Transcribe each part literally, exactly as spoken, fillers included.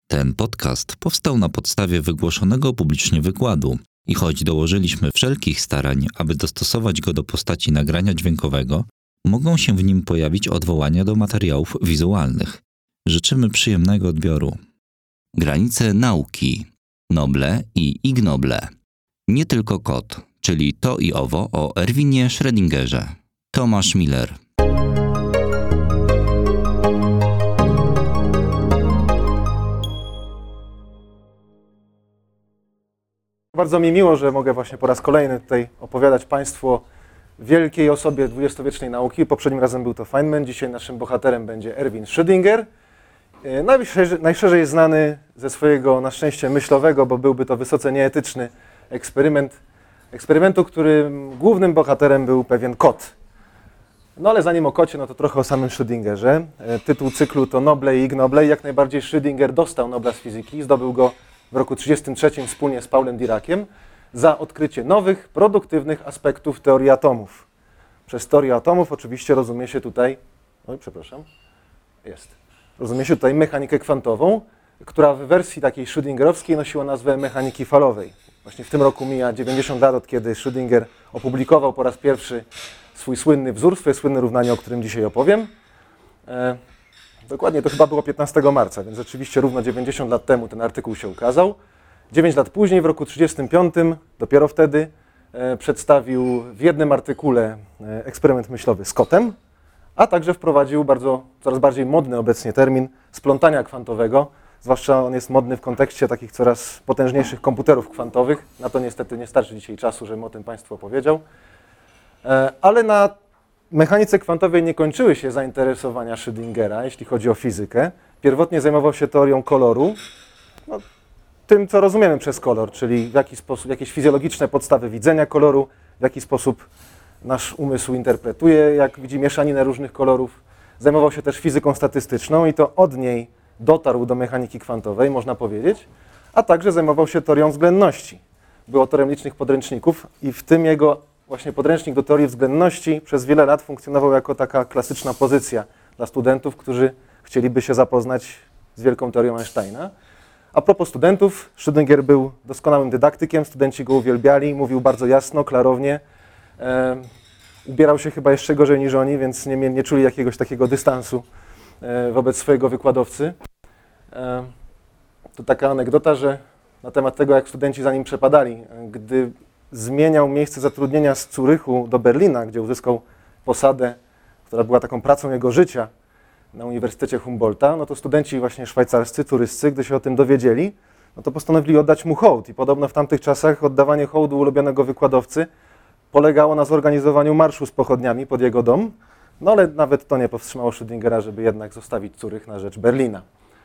Ten podcast powstał na podstawie wygłoszonego publicznie wykładu i choć dołożyliśmy wszelkich starań, aby dostosować go do postaci nagrania dźwiękowego, mogą się w nim pojawić odwołania do materiałów wizualnych. Życzymy przyjemnego odbioru. Granice nauki. Noble i ignoble. Nie tylko kot, czyli to i owo o Erwinie Schrödingerze. Tomasz Miller. Bardzo mi miło, że mogę właśnie po raz kolejny tutaj opowiadać Państwu o wielkiej osobie dwudziestowiecznej nauki. Poprzednim razem był to Feynman, dzisiaj naszym bohaterem będzie Erwin Schrödinger. Najszerzej, najszerzej jest znany ze swojego, na szczęście, myślowego, bo byłby to wysoce nieetyczny eksperyment, eksperymentu, którym głównym bohaterem był pewien kot. No ale zanim o kocie, no to trochę o samym Schrödingerze. Tytuł cyklu to Noble i ignoble. Jak najbardziej Schrödinger dostał Nobla z fizyki, zdobył go w roku tysiąc dziewięćset trzydziestym trzecim wspólnie z Paulem Diraciem za odkrycie nowych, produktywnych aspektów teorii atomów. Przez teorię atomów oczywiście rozumie się tutaj, oj, przepraszam, jest, rozumie się tutaj mechanikę kwantową, która w wersji takiej schrödingerowskiej nosiła nazwę mechaniki falowej. Właśnie w tym roku mija dziewięćdziesiąt lat, od kiedy Schrödinger opublikował po raz pierwszy swój słynny wzór, swoje słynne równanie, o którym dzisiaj opowiem. E, dokładnie to chyba było piętnastego marca, więc rzeczywiście równo dziewięćdziesiąt lat temu ten artykuł się ukazał. dziewięć lat później, w roku trzydziestym piątym, dopiero wtedy e, przedstawił w jednym artykule e, eksperyment myślowy z kotem, a także wprowadził bardzo, coraz bardziej modny obecnie termin splątania kwantowego. Zwłaszcza on jest modny w kontekście takich coraz potężniejszych komputerów kwantowych. Na to niestety nie starczy dzisiaj czasu, żebym o tym Państwu opowiedział. E, ale na mechanice kwantowej nie kończyły się zainteresowania Schrödingera, jeśli chodzi o fizykę. Pierwotnie zajmował się teorią koloru, no, tym, co rozumiemy przez kolor, czyli w jaki sposób, jakieś fizjologiczne podstawy widzenia koloru, w jaki sposób nasz umysł interpretuje, jak widzi mieszaninę różnych kolorów. Zajmował się też fizyką statystyczną i to od niej dotarł do mechaniki kwantowej, można powiedzieć, a także zajmował się teorią względności. Był autorem licznych podręczników i w tym jego właśnie podręcznik do teorii względności przez wiele lat funkcjonował jako taka klasyczna pozycja dla studentów, którzy chcieliby się zapoznać z wielką teorią Einsteina. A propos studentów, Schrödinger był doskonałym dydaktykiem, studenci go uwielbiali, mówił bardzo jasno, klarownie. E, ubierał się chyba jeszcze gorzej niż oni, więc nie, nie czuli jakiegoś takiego dystansu e, wobec swojego wykładowcy. E, to taka anegdota, że na temat tego, jak studenci za nim przepadali, gdy zmieniał miejsce zatrudnienia z Zurychu do Berlina, gdzie uzyskał posadę, która była taką pracą jego życia na Uniwersytecie Humboldta, no to studenci właśnie szwajcarscy, turyscy, gdy się o tym dowiedzieli, no to postanowili oddać mu hołd. I podobno w tamtych czasach oddawanie hołdu ulubionego wykładowcy polegało na zorganizowaniu marszu z pochodniami pod jego dom, no ale nawet to nie powstrzymało Schrödingera, żeby jednak zostawić Zurych na rzecz Berlina.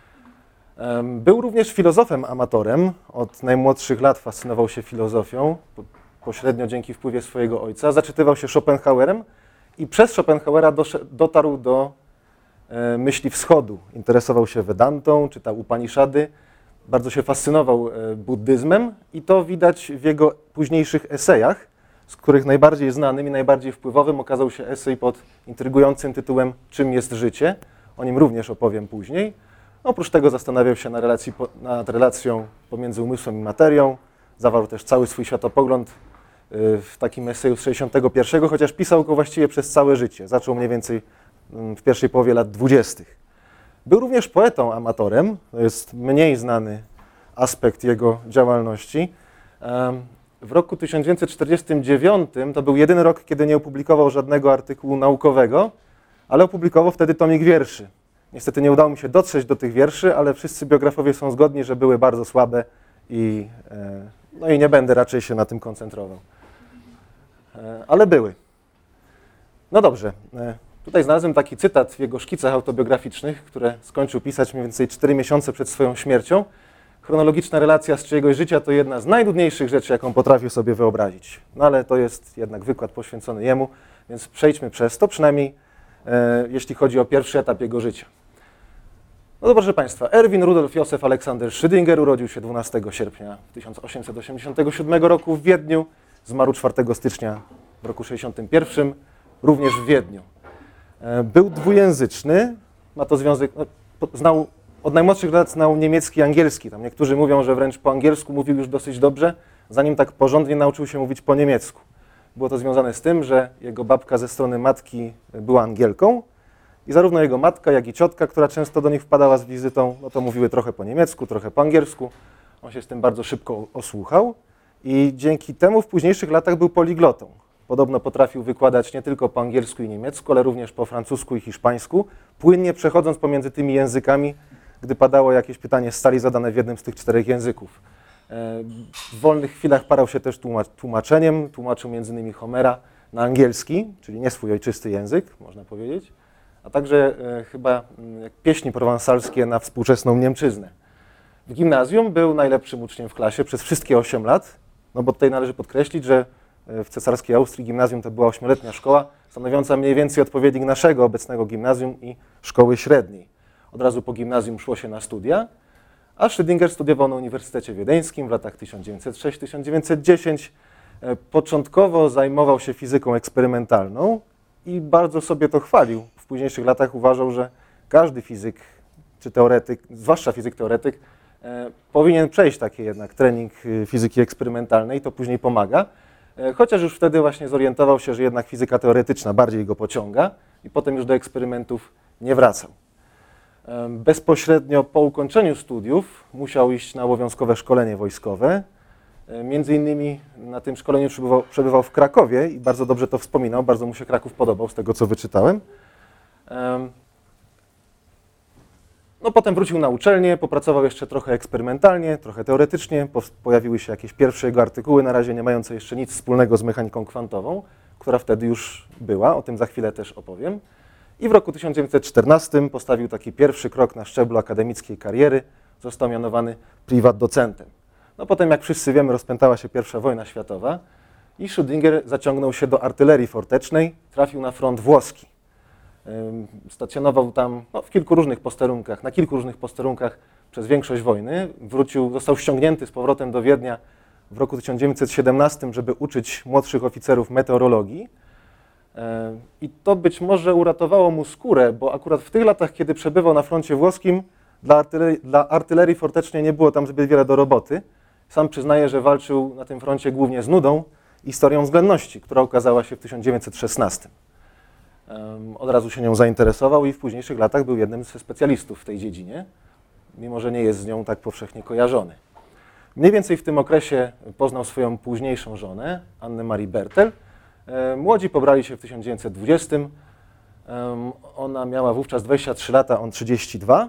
Był również filozofem amatorem. Od najmłodszych lat fascynował się filozofią, pośrednio dzięki wpływie swojego ojca. Zaczytywał się Schopenhauerem i przez Schopenhauera dotarł do myśli wschodu. Interesował się Vedantą, czytał Upaniszady, bardzo się fascynował buddyzmem i to widać w jego późniejszych esejach, z których najbardziej znanym i najbardziej wpływowym okazał się esej pod intrygującym tytułem Czym jest życie? O nim również opowiem później. Oprócz tego zastanawiał się nad, relacji, nad relacją pomiędzy umysłem i materią. Zawarł też cały swój światopogląd w takim eseju z sześćdziesiątego pierwszego, chociaż pisał go właściwie przez całe życie. Zaczął mniej więcej w pierwszej połowie lat dwudziestych. Był również poetą amatorem. To jest mniej znany aspekt jego działalności. W roku tysiąc dziewięćset czterdziestym dziewiątym to był jedyny rok, kiedy nie opublikował żadnego artykułu naukowego, ale opublikował wtedy tomik wierszy. Niestety nie udało mi się dotrzeć do tych wierszy, ale wszyscy biografowie są zgodni, że były bardzo słabe i, no i nie będę raczej się na tym koncentrował. Ale były. No dobrze, tutaj znalazłem taki cytat w jego szkicach autobiograficznych, które skończył pisać mniej więcej cztery miesiące przed swoją śmiercią. Chronologiczna relacja z czyjegoś życia to jedna z najnudniejszych rzeczy, jaką potrafił sobie wyobrazić. No ale to jest jednak wykład poświęcony jemu, więc przejdźmy przez to, przynajmniej e, jeśli chodzi o pierwszy etap jego życia. No to proszę Państwa, Erwin Rudolf Józef Aleksander Schrödinger urodził się dwunastego sierpnia tysiąc osiemset osiemdziesiątego siódmego roku w Wiedniu, zmarł czwartego stycznia w roku sześćdziesiątym pierwszym, również w Wiedniu. Był dwujęzyczny, ma to związek, no, znał od najmłodszych lat znał niemiecki i angielski. Tam niektórzy mówią, że wręcz po angielsku mówił już dosyć dobrze, zanim tak porządnie nauczył się mówić po niemiecku. Było to związane z tym, że jego babka ze strony matki była Angielką i zarówno jego matka, jak i ciotka, która często do nich wpadała z wizytą, no to mówiły trochę po niemiecku, trochę po angielsku. On się z tym bardzo szybko osłuchał i dzięki temu w późniejszych latach był poliglotą. Podobno potrafił wykładać nie tylko po angielsku i niemiecku, ale również po francusku i hiszpańsku, płynnie przechodząc pomiędzy tymi językami, gdy padało jakieś pytanie z sali zadane w jednym z tych czterech języków. W wolnych chwilach parał się też tłumaczeniem, tłumaczył między innymi Homera na angielski, czyli nie swój ojczysty język, można powiedzieć, a także chyba pieśni prowansalskie na współczesną Niemczyznę. W gimnazjum był najlepszym uczniem w klasie przez wszystkie osiem lat, no bo tutaj należy podkreślić, że w cesarskiej Austrii gimnazjum to była ośmioletnia szkoła, stanowiąca mniej więcej odpowiednik naszego obecnego gimnazjum i szkoły średniej. Od razu po gimnazjum szło się na studia, a Schrödinger studiował na Uniwersytecie Wiedeńskim w latach tysiąc dziewięćset szóstym do tysiąc dziewięćset dziesiątego. Początkowo zajmował się fizyką eksperymentalną i bardzo sobie to chwalił. W późniejszych latach uważał, że każdy fizyk czy teoretyk, zwłaszcza fizyk teoretyk, powinien przejść taki jednak trening fizyki eksperymentalnej, to później pomaga. Chociaż już wtedy właśnie zorientował się, że jednak fizyka teoretyczna bardziej go pociąga i potem już do eksperymentów nie wracał. Bezpośrednio po ukończeniu studiów musiał iść na obowiązkowe szkolenie wojskowe. Między innymi na tym szkoleniu przebywał, przebywał w Krakowie i bardzo dobrze to wspominał, bardzo mu się Kraków podobał z tego, co wyczytałem. No potem wrócił na uczelnię, popracował jeszcze trochę eksperymentalnie, trochę teoretycznie, pojawiły się jakieś pierwsze jego artykuły, na razie nie mające jeszcze nic wspólnego z mechaniką kwantową, która wtedy już była, o tym za chwilę też opowiem. I w roku tysiąc dziewięćset czternastym postawił taki pierwszy krok na szczeblu akademickiej kariery, został mianowany privat docentem. No potem, jak wszyscy wiemy, rozpętała się pierwsza wojna światowa i Schrödinger zaciągnął się do artylerii fortecznej, trafił na front włoski. Stacjonował tam no, w kilku różnych posterunkach, na kilku różnych posterunkach przez większość wojny. Wrócił, został ściągnięty z powrotem do Wiednia w roku tysiąc dziewięćset siedemnastym, żeby uczyć młodszych oficerów meteorologii. I to być może uratowało mu skórę, bo akurat w tych latach, kiedy przebywał na froncie włoskim, dla artylerii, dla artylerii fortecznej nie było tam zbyt wiele do roboty. Sam przyznaje, że walczył na tym froncie głównie z nudą i historią względności, która ukazała się w tysiąc dziewięćset szesnastym. Od razu się nią zainteresował i w późniejszych latach był jednym ze specjalistów w tej dziedzinie, mimo że nie jest z nią tak powszechnie kojarzony. Mniej więcej w tym okresie poznał swoją późniejszą żonę, Annę Marie Bertel. Młodzi pobrali się w tysiąc dziewięćset dwudziestym. Ona miała wówczas dwadzieścia trzy lata, on trzydzieści dwa.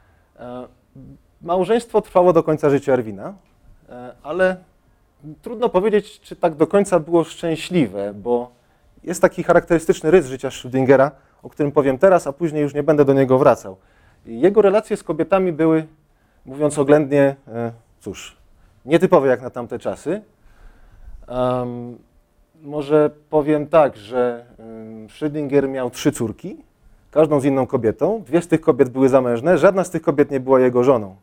Małżeństwo trwało do końca życia Erwina, ale trudno powiedzieć, czy tak do końca było szczęśliwe, bo jest taki charakterystyczny rys życia Schrödingera, o którym powiem teraz, a później już nie będę do niego wracał. Jego relacje z kobietami były, mówiąc oględnie, cóż, nietypowe jak na tamte czasy. Um, może powiem tak, że um, Schrödinger miał trzy córki, każdą z inną kobietą. Dwie z tych kobiet były zamężne, żadna z tych kobiet nie była jego żoną.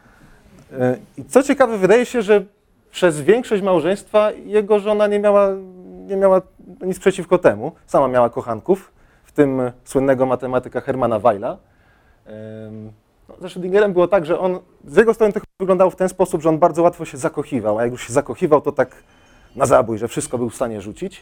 I co ciekawe, wydaje się, że przez większość małżeństwa jego żona nie miała, nie miała nic przeciwko temu. Sama miała kochanków, w tym słynnego matematyka Hermana Weyla. No, ze Schrödingerem było tak, że on z jego strony to wyglądało w ten sposób, że on bardzo łatwo się zakochiwał, a jak już się zakochiwał, to tak na zabój, że wszystko był w stanie rzucić.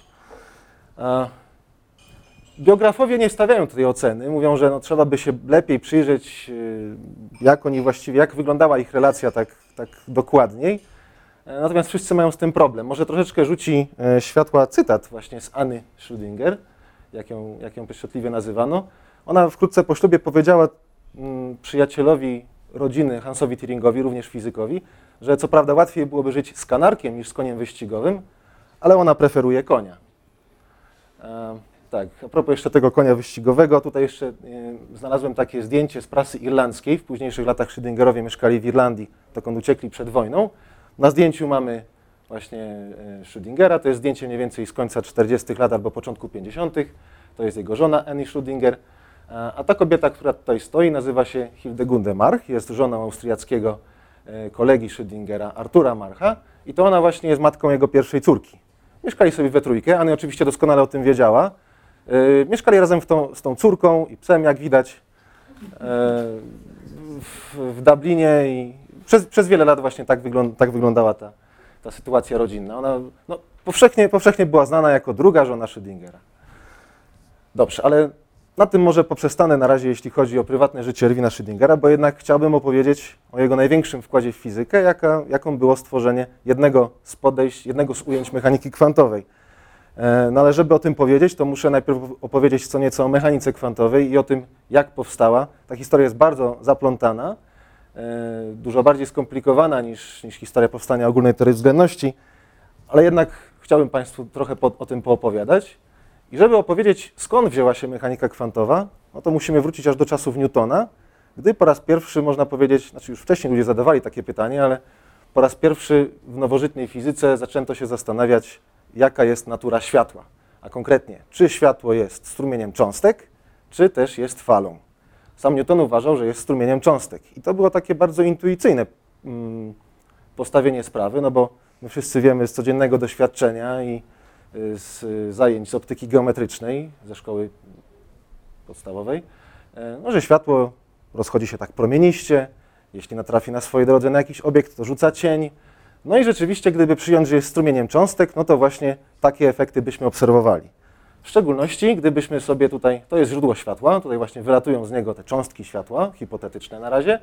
Biografowie nie stawiają tej oceny, mówią, że no, trzeba by się lepiej przyjrzeć, jak oni właściwie, jak wyglądała ich relacja tak, tak dokładniej. Natomiast wszyscy mają z tym problem. Może troszeczkę rzuci światła cytat właśnie z Anny Schrödinger, jak ją, jak ją pieszczotliwie nazywano. Ona wkrótce po ślubie powiedziała mm, przyjacielowi rodziny Hansowi Tiringowi, również fizykowi, że co prawda łatwiej byłoby żyć z kanarkiem niż z koniem wyścigowym, ale ona preferuje konia. E, tak, a propos jeszcze tego konia wyścigowego, tutaj jeszcze e, znalazłem takie zdjęcie z prasy irlandzkiej. W późniejszych latach Schrödingerowie mieszkali w Irlandii, dokąd uciekli przed wojną. Na zdjęciu mamy właśnie Schrödingera, to jest zdjęcie mniej więcej z końca czterdziestych lat albo początku pięćdziesiątych. To jest jego żona Annie Schrödinger. A ta kobieta, która tutaj stoi, nazywa się Hildegunde March, jest żoną austriackiego kolegi Schrödingera, Artura Marcha, i to ona właśnie jest matką jego pierwszej córki. Mieszkali sobie we trójkę, Anna oczywiście doskonale o tym wiedziała. Mieszkali razem w tą, z tą córką i psem, jak widać. w, w Dublinie i przez, przez wiele lat właśnie tak, wygląda, tak wyglądała ta, ta sytuacja rodzinna. Ona no, powszechnie, powszechnie była znana jako druga żona Schrödingera. Dobrze, ale na tym może poprzestanę na razie, jeśli chodzi o prywatne życie Erwina Schrödingera, bo jednak chciałbym opowiedzieć o jego największym wkładzie w fizykę, jaka, jaką było stworzenie jednego z podejść, jednego z ujęć mechaniki kwantowej. No ale żeby o tym powiedzieć, to muszę najpierw opowiedzieć co nieco o mechanice kwantowej i o tym, jak powstała. Ta historia jest bardzo zaplątana, dużo bardziej skomplikowana niż, niż historia powstania ogólnej teorii względności, ale jednak chciałbym Państwu trochę po, o tym poopowiadać. I żeby opowiedzieć, skąd wzięła się mechanika kwantowa, no to musimy wrócić aż do czasów Newtona, gdy po raz pierwszy, można powiedzieć, znaczy już wcześniej ludzie zadawali takie pytanie, ale po raz pierwszy w nowożytnej fizyce zaczęto się zastanawiać, jaka jest natura światła, a konkretnie, czy światło jest strumieniem cząstek, czy też jest falą. Sam Newton uważał, że jest strumieniem cząstek i to było takie bardzo intuicyjne mm, postawienie sprawy, no bo my wszyscy wiemy z codziennego doświadczenia i z zajęć z optyki geometrycznej ze szkoły podstawowej, no, że światło rozchodzi się tak promieniście, jeśli natrafi na swojej drodze na jakiś obiekt, to rzuca cień. No i rzeczywiście, gdyby przyjąć, że jest strumieniem cząstek, no to właśnie takie efekty byśmy obserwowali. W szczególności, gdybyśmy sobie tutaj, to jest źródło światła, tutaj właśnie wylatują z niego te cząstki światła, hipotetyczne na razie,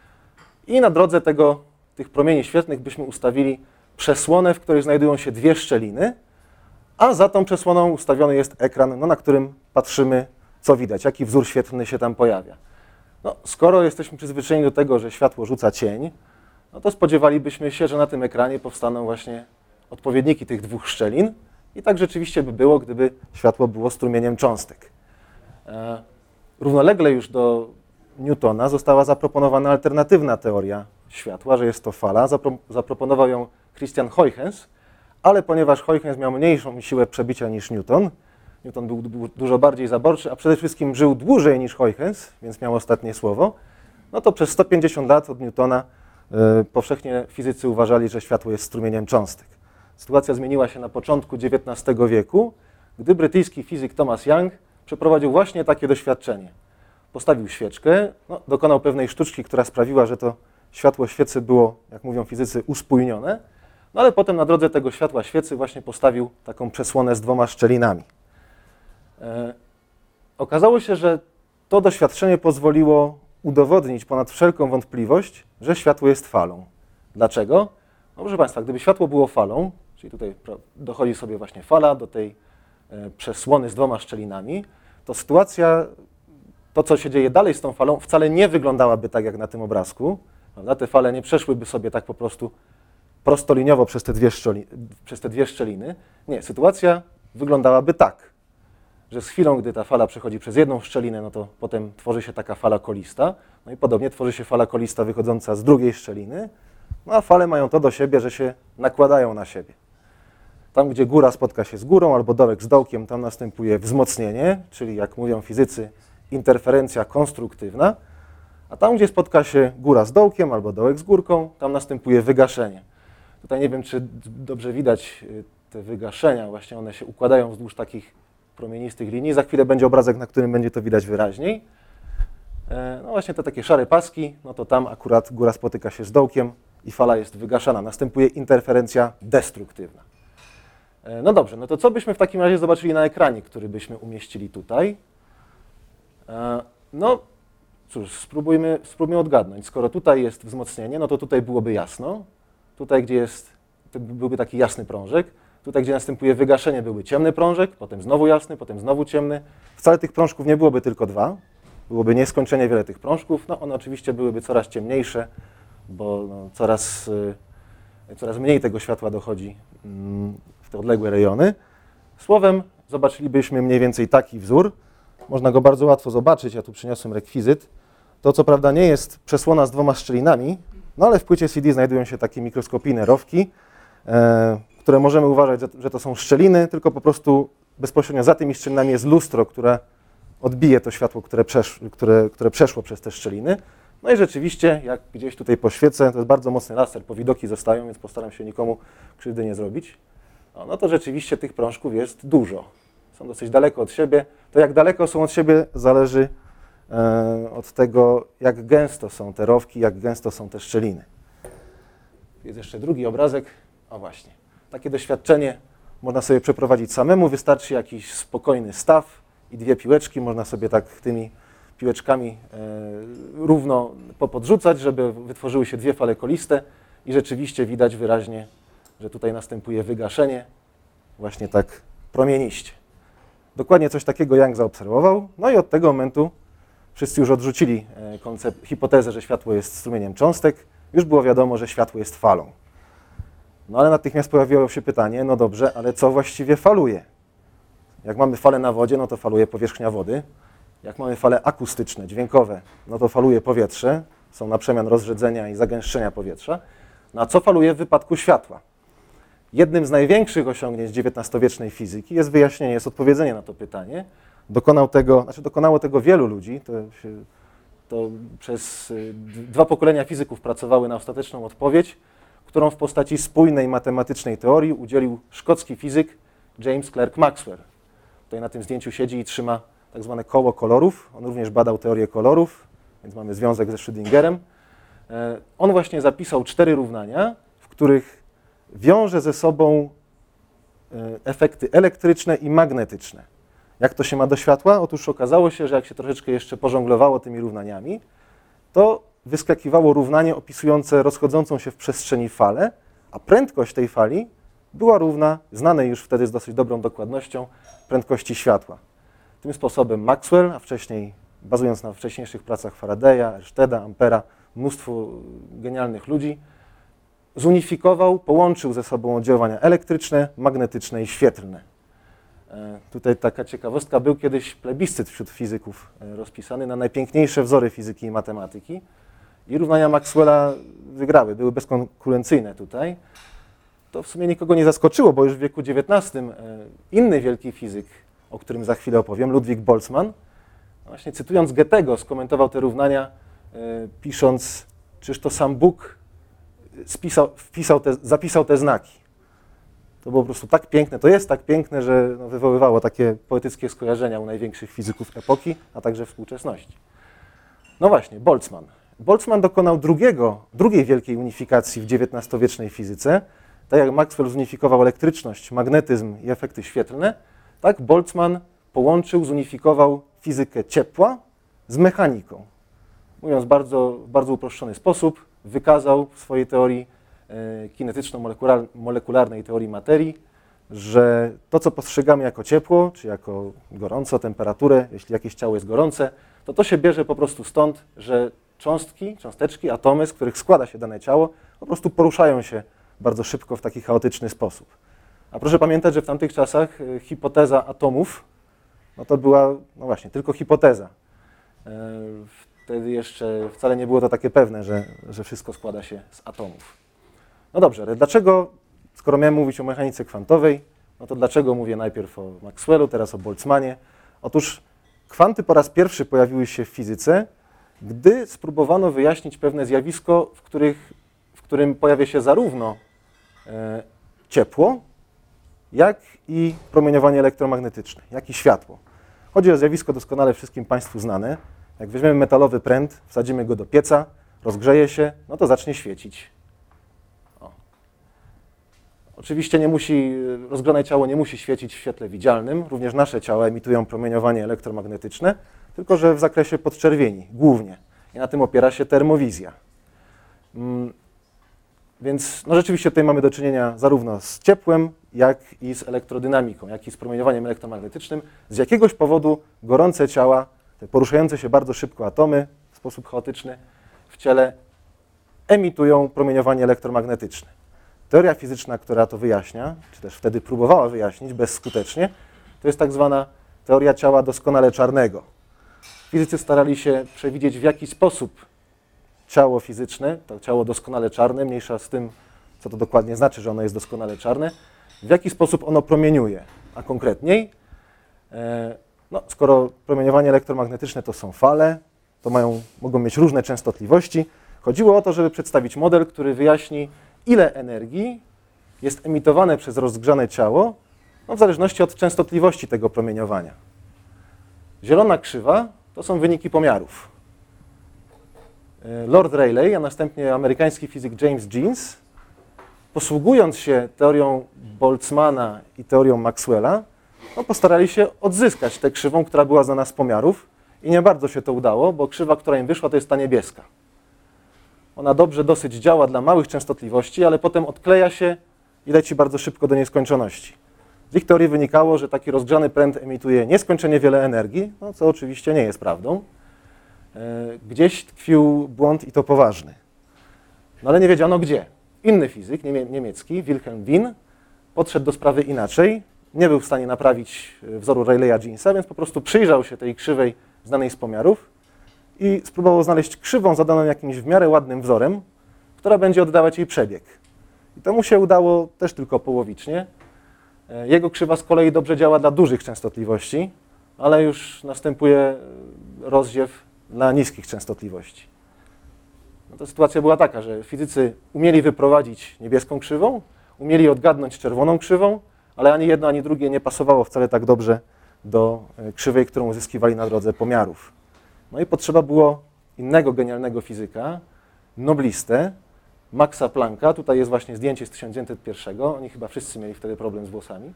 i na drodze tego, tych promieni świetlnych byśmy ustawili przesłonę, w której znajdują się dwie szczeliny, a za tą przesłoną ustawiony jest ekran, no, na którym patrzymy, co widać, jaki wzór świetlny się tam pojawia. No, skoro jesteśmy przyzwyczajeni do tego, że światło rzuca cień, no to spodziewalibyśmy się, że na tym ekranie powstaną właśnie odpowiedniki tych dwóch szczelin i tak rzeczywiście by było, gdyby światło było strumieniem cząstek. E, równolegle już do Newtona została zaproponowana alternatywna teoria światła, że jest to fala. Zapro, zaproponował ją Christian Huygens, ale ponieważ Huygens miał mniejszą siłę przebicia niż Newton, Newton był dużo bardziej zaborczy, a przede wszystkim żył dłużej niż Huygens, więc miał ostatnie słowo, no to przez sto pięćdziesiąt lat od Newtona y, powszechnie fizycy uważali, że światło jest strumieniem cząstek. Sytuacja zmieniła się na początku dziewiętnastego wieku, gdy brytyjski fizyk Thomas Young przeprowadził właśnie takie doświadczenie. Postawił świeczkę, no, dokonał pewnej sztuczki, która sprawiła, że to światło świecy było, jak mówią fizycy, uspójnione, no ale potem na drodze tego światła świecy właśnie postawił taką przesłonę z dwoma szczelinami. E, okazało się, że to doświadczenie pozwoliło udowodnić ponad wszelką wątpliwość, że światło jest falą. Dlaczego? No proszę Państwa, gdyby światło było falą, czyli tutaj dochodzi sobie właśnie fala do tej e, przesłony z dwoma szczelinami, to sytuacja, to co się dzieje dalej z tą falą, wcale nie wyglądałaby tak jak na tym obrazku. Prawda? Te fale nie przeszłyby sobie tak po prostu prostoliniowo przez te, dwie szczeliny, przez te dwie szczeliny. Nie, sytuacja wyglądałaby tak, że z chwilą, gdy ta fala przechodzi przez jedną szczelinę, no to potem tworzy się taka fala kolista, no i podobnie tworzy się fala kolista wychodząca z drugiej szczeliny, no a fale mają to do siebie, że się nakładają na siebie. Tam, gdzie góra spotka się z górą albo dołek z dołkiem, tam następuje wzmocnienie, czyli jak mówią fizycy, interferencja konstruktywna, a tam, gdzie spotka się góra z dołkiem albo dołek z górką, tam następuje wygaszenie. Tutaj nie wiem, czy dobrze widać te wygaszenia, właśnie one się układają wzdłuż takich promienistych linii. Za chwilę będzie obrazek, na którym będzie to widać wyraźniej. No właśnie te takie szare paski, no to tam akurat góra spotyka się z dołkiem i fala jest wygaszana. Następuje interferencja destruktywna. No dobrze, no to co byśmy w takim razie zobaczyli na ekranie, który byśmy umieścili tutaj? No cóż, spróbujmy, spróbujmy odgadnąć. Skoro tutaj jest wzmocnienie, no to tutaj byłoby jasno. Tutaj, gdzie jest, to byłby taki jasny prążek. Tutaj, gdzie następuje wygaszenie, byłby ciemny prążek, potem znowu jasny, potem znowu ciemny. Wcale tych prążków nie byłoby tylko dwa. Byłoby nieskończenie wiele tych prążków. No one oczywiście byłyby coraz ciemniejsze, bo no, coraz, y, coraz mniej tego światła dochodzi y, w te odległe rejony. Słowem, zobaczylibyśmy mniej więcej taki wzór. Można go bardzo łatwo zobaczyć. Ja tu przyniosłem rekwizyt. To co prawda nie jest przesłona z dwoma szczelinami, no ale w płycie C D znajdują się takie mikroskopijne rowki, e, które możemy uważać, że to są szczeliny, tylko po prostu bezpośrednio za tymi szczelinami jest lustro, które odbije to światło, które, przesz, które, które przeszło przez te szczeliny. No i rzeczywiście, jak gdzieś tutaj poświecę, to jest bardzo mocny laser, powidoki zostają, więc postaram się nikomu krzywdy nie zrobić. No, no to rzeczywiście tych prążków jest dużo. Są dosyć daleko od siebie. To jak daleko są od siebie zależy od tego, jak gęsto są te rowki, jak gęsto są te szczeliny. Jest jeszcze drugi obrazek. O właśnie. Takie doświadczenie można sobie przeprowadzić samemu. Wystarczy jakiś spokojny staw i dwie piłeczki. Można sobie tak tymi piłeczkami e, równo popodrzucać, żeby wytworzyły się dwie fale koliste i rzeczywiście widać wyraźnie, że tutaj następuje wygaszenie właśnie tak promieniście. Dokładnie coś takiego Young zaobserwował. No i od tego momentu wszyscy już odrzucili koncept, hipotezę, że światło jest strumieniem cząstek. Już było wiadomo, że światło jest falą. No ale natychmiast pojawiło się pytanie, no dobrze, ale co właściwie faluje? Jak mamy fale na wodzie, no to faluje powierzchnia wody. Jak mamy fale akustyczne, dźwiękowe, no to faluje powietrze. Są na przemian rozrzedzenia i zagęszczenia powietrza. No a co faluje w wypadku światła? Jednym z największych osiągnięć dziewiętnastowiecznej fizyki jest wyjaśnienie, jest odpowiedzenie na to pytanie. Dokonał tego, znaczy dokonało tego wielu ludzi. To, się, to przez dwa pokolenia fizyków pracowały na ostateczną odpowiedź, którą w postaci spójnej matematycznej teorii udzielił szkocki fizyk James Clerk Maxwell. Tutaj na tym zdjęciu siedzi i trzyma tak zwane koło kolorów. On również badał teorię kolorów, więc mamy związek ze Schrödingerem. On właśnie zapisał cztery równania, w których wiąże ze sobą efekty elektryczne i magnetyczne. Jak to się ma do światła? Otóż okazało się, że jak się troszeczkę jeszcze pożonglowało tymi równaniami, to wyskakiwało równanie opisujące rozchodzącą się w przestrzeni falę, a prędkość tej fali była równa, znanej już wtedy z dosyć dobrą dokładnością, prędkości światła. Tym sposobem Maxwell, a wcześniej, bazując na wcześniejszych pracach Faradaya, Ersteda, Ampera, mnóstwo genialnych ludzi, zunifikował, połączył ze sobą oddziaływania elektryczne, magnetyczne i świetlne. Tutaj taka ciekawostka, był kiedyś plebiscyt wśród fizyków rozpisany na najpiękniejsze wzory fizyki i matematyki i równania Maxwella wygrały, były bezkonkurencyjne tutaj. To w sumie nikogo nie zaskoczyło, bo już w wieku dziewiętnastym inny wielki fizyk, o którym za chwilę opowiem, Ludwig Boltzmann, właśnie cytując Goethego, skomentował te równania, pisząc, czyż to sam Bóg spisał, wpisał te, zapisał te znaki. To było po prostu tak piękne, to jest tak piękne, że no, wywoływało takie poetyckie skojarzenia u największych fizyków epoki, a także współczesności. No właśnie, Boltzmann. Boltzmann dokonał drugiego, drugiej wielkiej unifikacji w dziewiętnastowiecznej fizyce. Tak jak Maxwell zunifikował elektryczność, magnetyzm i efekty świetlne, tak Boltzmann połączył, zunifikował fizykę ciepła z mechaniką. Mówiąc bardzo, w bardzo uproszczony sposób, wykazał w swojej teorii kinetyczno-molekularnej teorii materii, że to, co postrzegamy jako ciepło, czy jako gorąco, temperaturę, jeśli jakieś ciało jest gorące, to to się bierze po prostu stąd, że cząstki, cząsteczki, atomy, z których składa się dane ciało, po prostu poruszają się bardzo szybko w taki chaotyczny sposób. A proszę pamiętać, że w tamtych czasach hipoteza atomów, no to była, no właśnie, tylko hipoteza. Wtedy jeszcze wcale nie było to takie pewne, że, że wszystko składa się z atomów. No dobrze, ale dlaczego, skoro miałem mówić o mechanice kwantowej, no to dlaczego mówię najpierw o Maxwellu, teraz o Boltzmannie? Otóż kwanty po raz pierwszy pojawiły się w fizyce, gdy spróbowano wyjaśnić pewne zjawisko, w, których, w którym pojawia się zarówno e, ciepło, jak i promieniowanie elektromagnetyczne, jak i światło. Chodzi o zjawisko doskonale wszystkim Państwu znane. Jak weźmiemy metalowy pręt, wsadzimy go do pieca, rozgrzeje się, no to zacznie świecić. O. Oczywiście nie musi, rozgrzane ciało nie musi świecić w świetle widzialnym. Również nasze ciała emitują promieniowanie elektromagnetyczne, tylko że w zakresie podczerwieni głównie. I na tym opiera się termowizja. Mm, więc no rzeczywiście tutaj mamy do czynienia zarówno z ciepłem, jak i z elektrodynamiką, jak i z promieniowaniem elektromagnetycznym. Z jakiegoś powodu gorące ciała, te poruszające się bardzo szybko atomy w sposób chaotyczny w ciele emitują promieniowanie elektromagnetyczne. Teoria fizyczna, która to wyjaśnia, czy też wtedy próbowała wyjaśnić bezskutecznie, to jest tak zwana teoria ciała doskonale czarnego. Fizycy starali się przewidzieć, w jaki sposób ciało fizyczne, to ciało doskonale czarne, mniejsza z tym, co to dokładnie znaczy, że ono jest doskonale czarne, w jaki sposób ono promieniuje, a konkretniej, no, skoro promieniowanie elektromagnetyczne to są fale, to mają, mogą mieć różne częstotliwości. Chodziło o to, żeby przedstawić model, który wyjaśni, ile energii jest emitowane przez rozgrzane ciało, no, w zależności od częstotliwości tego promieniowania. Zielona krzywa To są wyniki pomiarów. Lord Rayleigh, a następnie amerykański fizyk James Jeans, posługując się teorią Boltzmana i teorią Maxwella, no, postarali się odzyskać tę krzywą, która była znana z pomiarów i nie bardzo się to udało, bo krzywa, która im wyszła, to jest ta niebieska. Ona dobrze dosyć działa dla małych częstotliwości, ale potem odkleja się i leci bardzo szybko do nieskończoności. Z ich teorii wynikało, że taki rozgrzany pręt emituje nieskończenie wiele energii, no, co oczywiście nie jest prawdą. Gdzieś tkwił błąd i to poważny. No ale nie wiedziano gdzie. Inny fizyk niemie niemiecki, Wilhelm Wien, podszedł do sprawy inaczej. Nie był w stanie naprawić wzoru Rayleigha-Jeansa, więc po prostu przyjrzał się tej krzywej znanej z pomiarów i spróbował znaleźć krzywą zadaną jakimś w miarę ładnym wzorem, która będzie oddawać jej przebieg. I to mu się udało też tylko połowicznie. Jego krzywa z kolei dobrze działa dla dużych częstotliwości, ale już następuje rozziew dla niskich częstotliwości. No to sytuacja była taka, że fizycy umieli wyprowadzić niebieską krzywą, umieli odgadnąć czerwoną krzywą, ale ani jedno, ani drugie nie pasowało wcale tak dobrze do krzywej, którą uzyskiwali na drodze pomiarów. No i potrzeba było innego genialnego fizyka, noblistę, Maxa Plancka. Tutaj jest właśnie zdjęcie z tysiąc dziewięćset pierwszego. Oni chyba wszyscy mieli wtedy problem z włosami.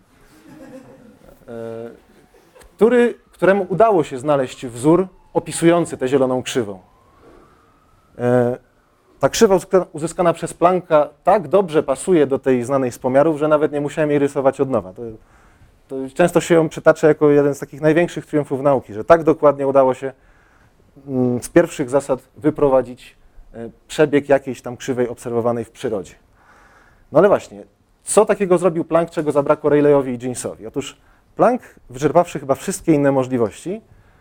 Który, któremu udało się znaleźć wzór opisujący tę zieloną krzywą. Ta krzywa uzyskana przez Plancka tak dobrze pasuje do tej znanej z pomiarów, że nawet nie musiałem jej rysować od nowa. To, to często się ją przytacza jako jeden z takich największych triumfów nauki, że tak dokładnie udało się z pierwszych zasad wyprowadzić przebieg jakiejś tam krzywej obserwowanej w przyrodzie. No ale właśnie, co takiego zrobił Planck, czego zabrakło Rayleighowi i Jeansowi? Otóż Planck, wyczerpawszy chyba wszystkie inne możliwości,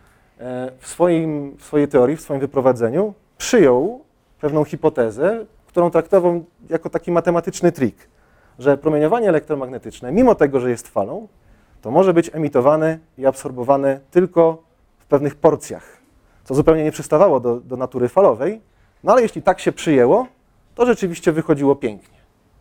w, swoim, w swojej teorii, w swoim wyprowadzeniu przyjął pewną hipotezę, którą traktował jako taki matematyczny trik, że promieniowanie elektromagnetyczne, mimo tego, że jest falą, to może być emitowane i absorbowane tylko w pewnych porcjach, co zupełnie nie przystawało do, do natury falowej, no ale jeśli tak się przyjęło, to rzeczywiście wychodziło pięknie.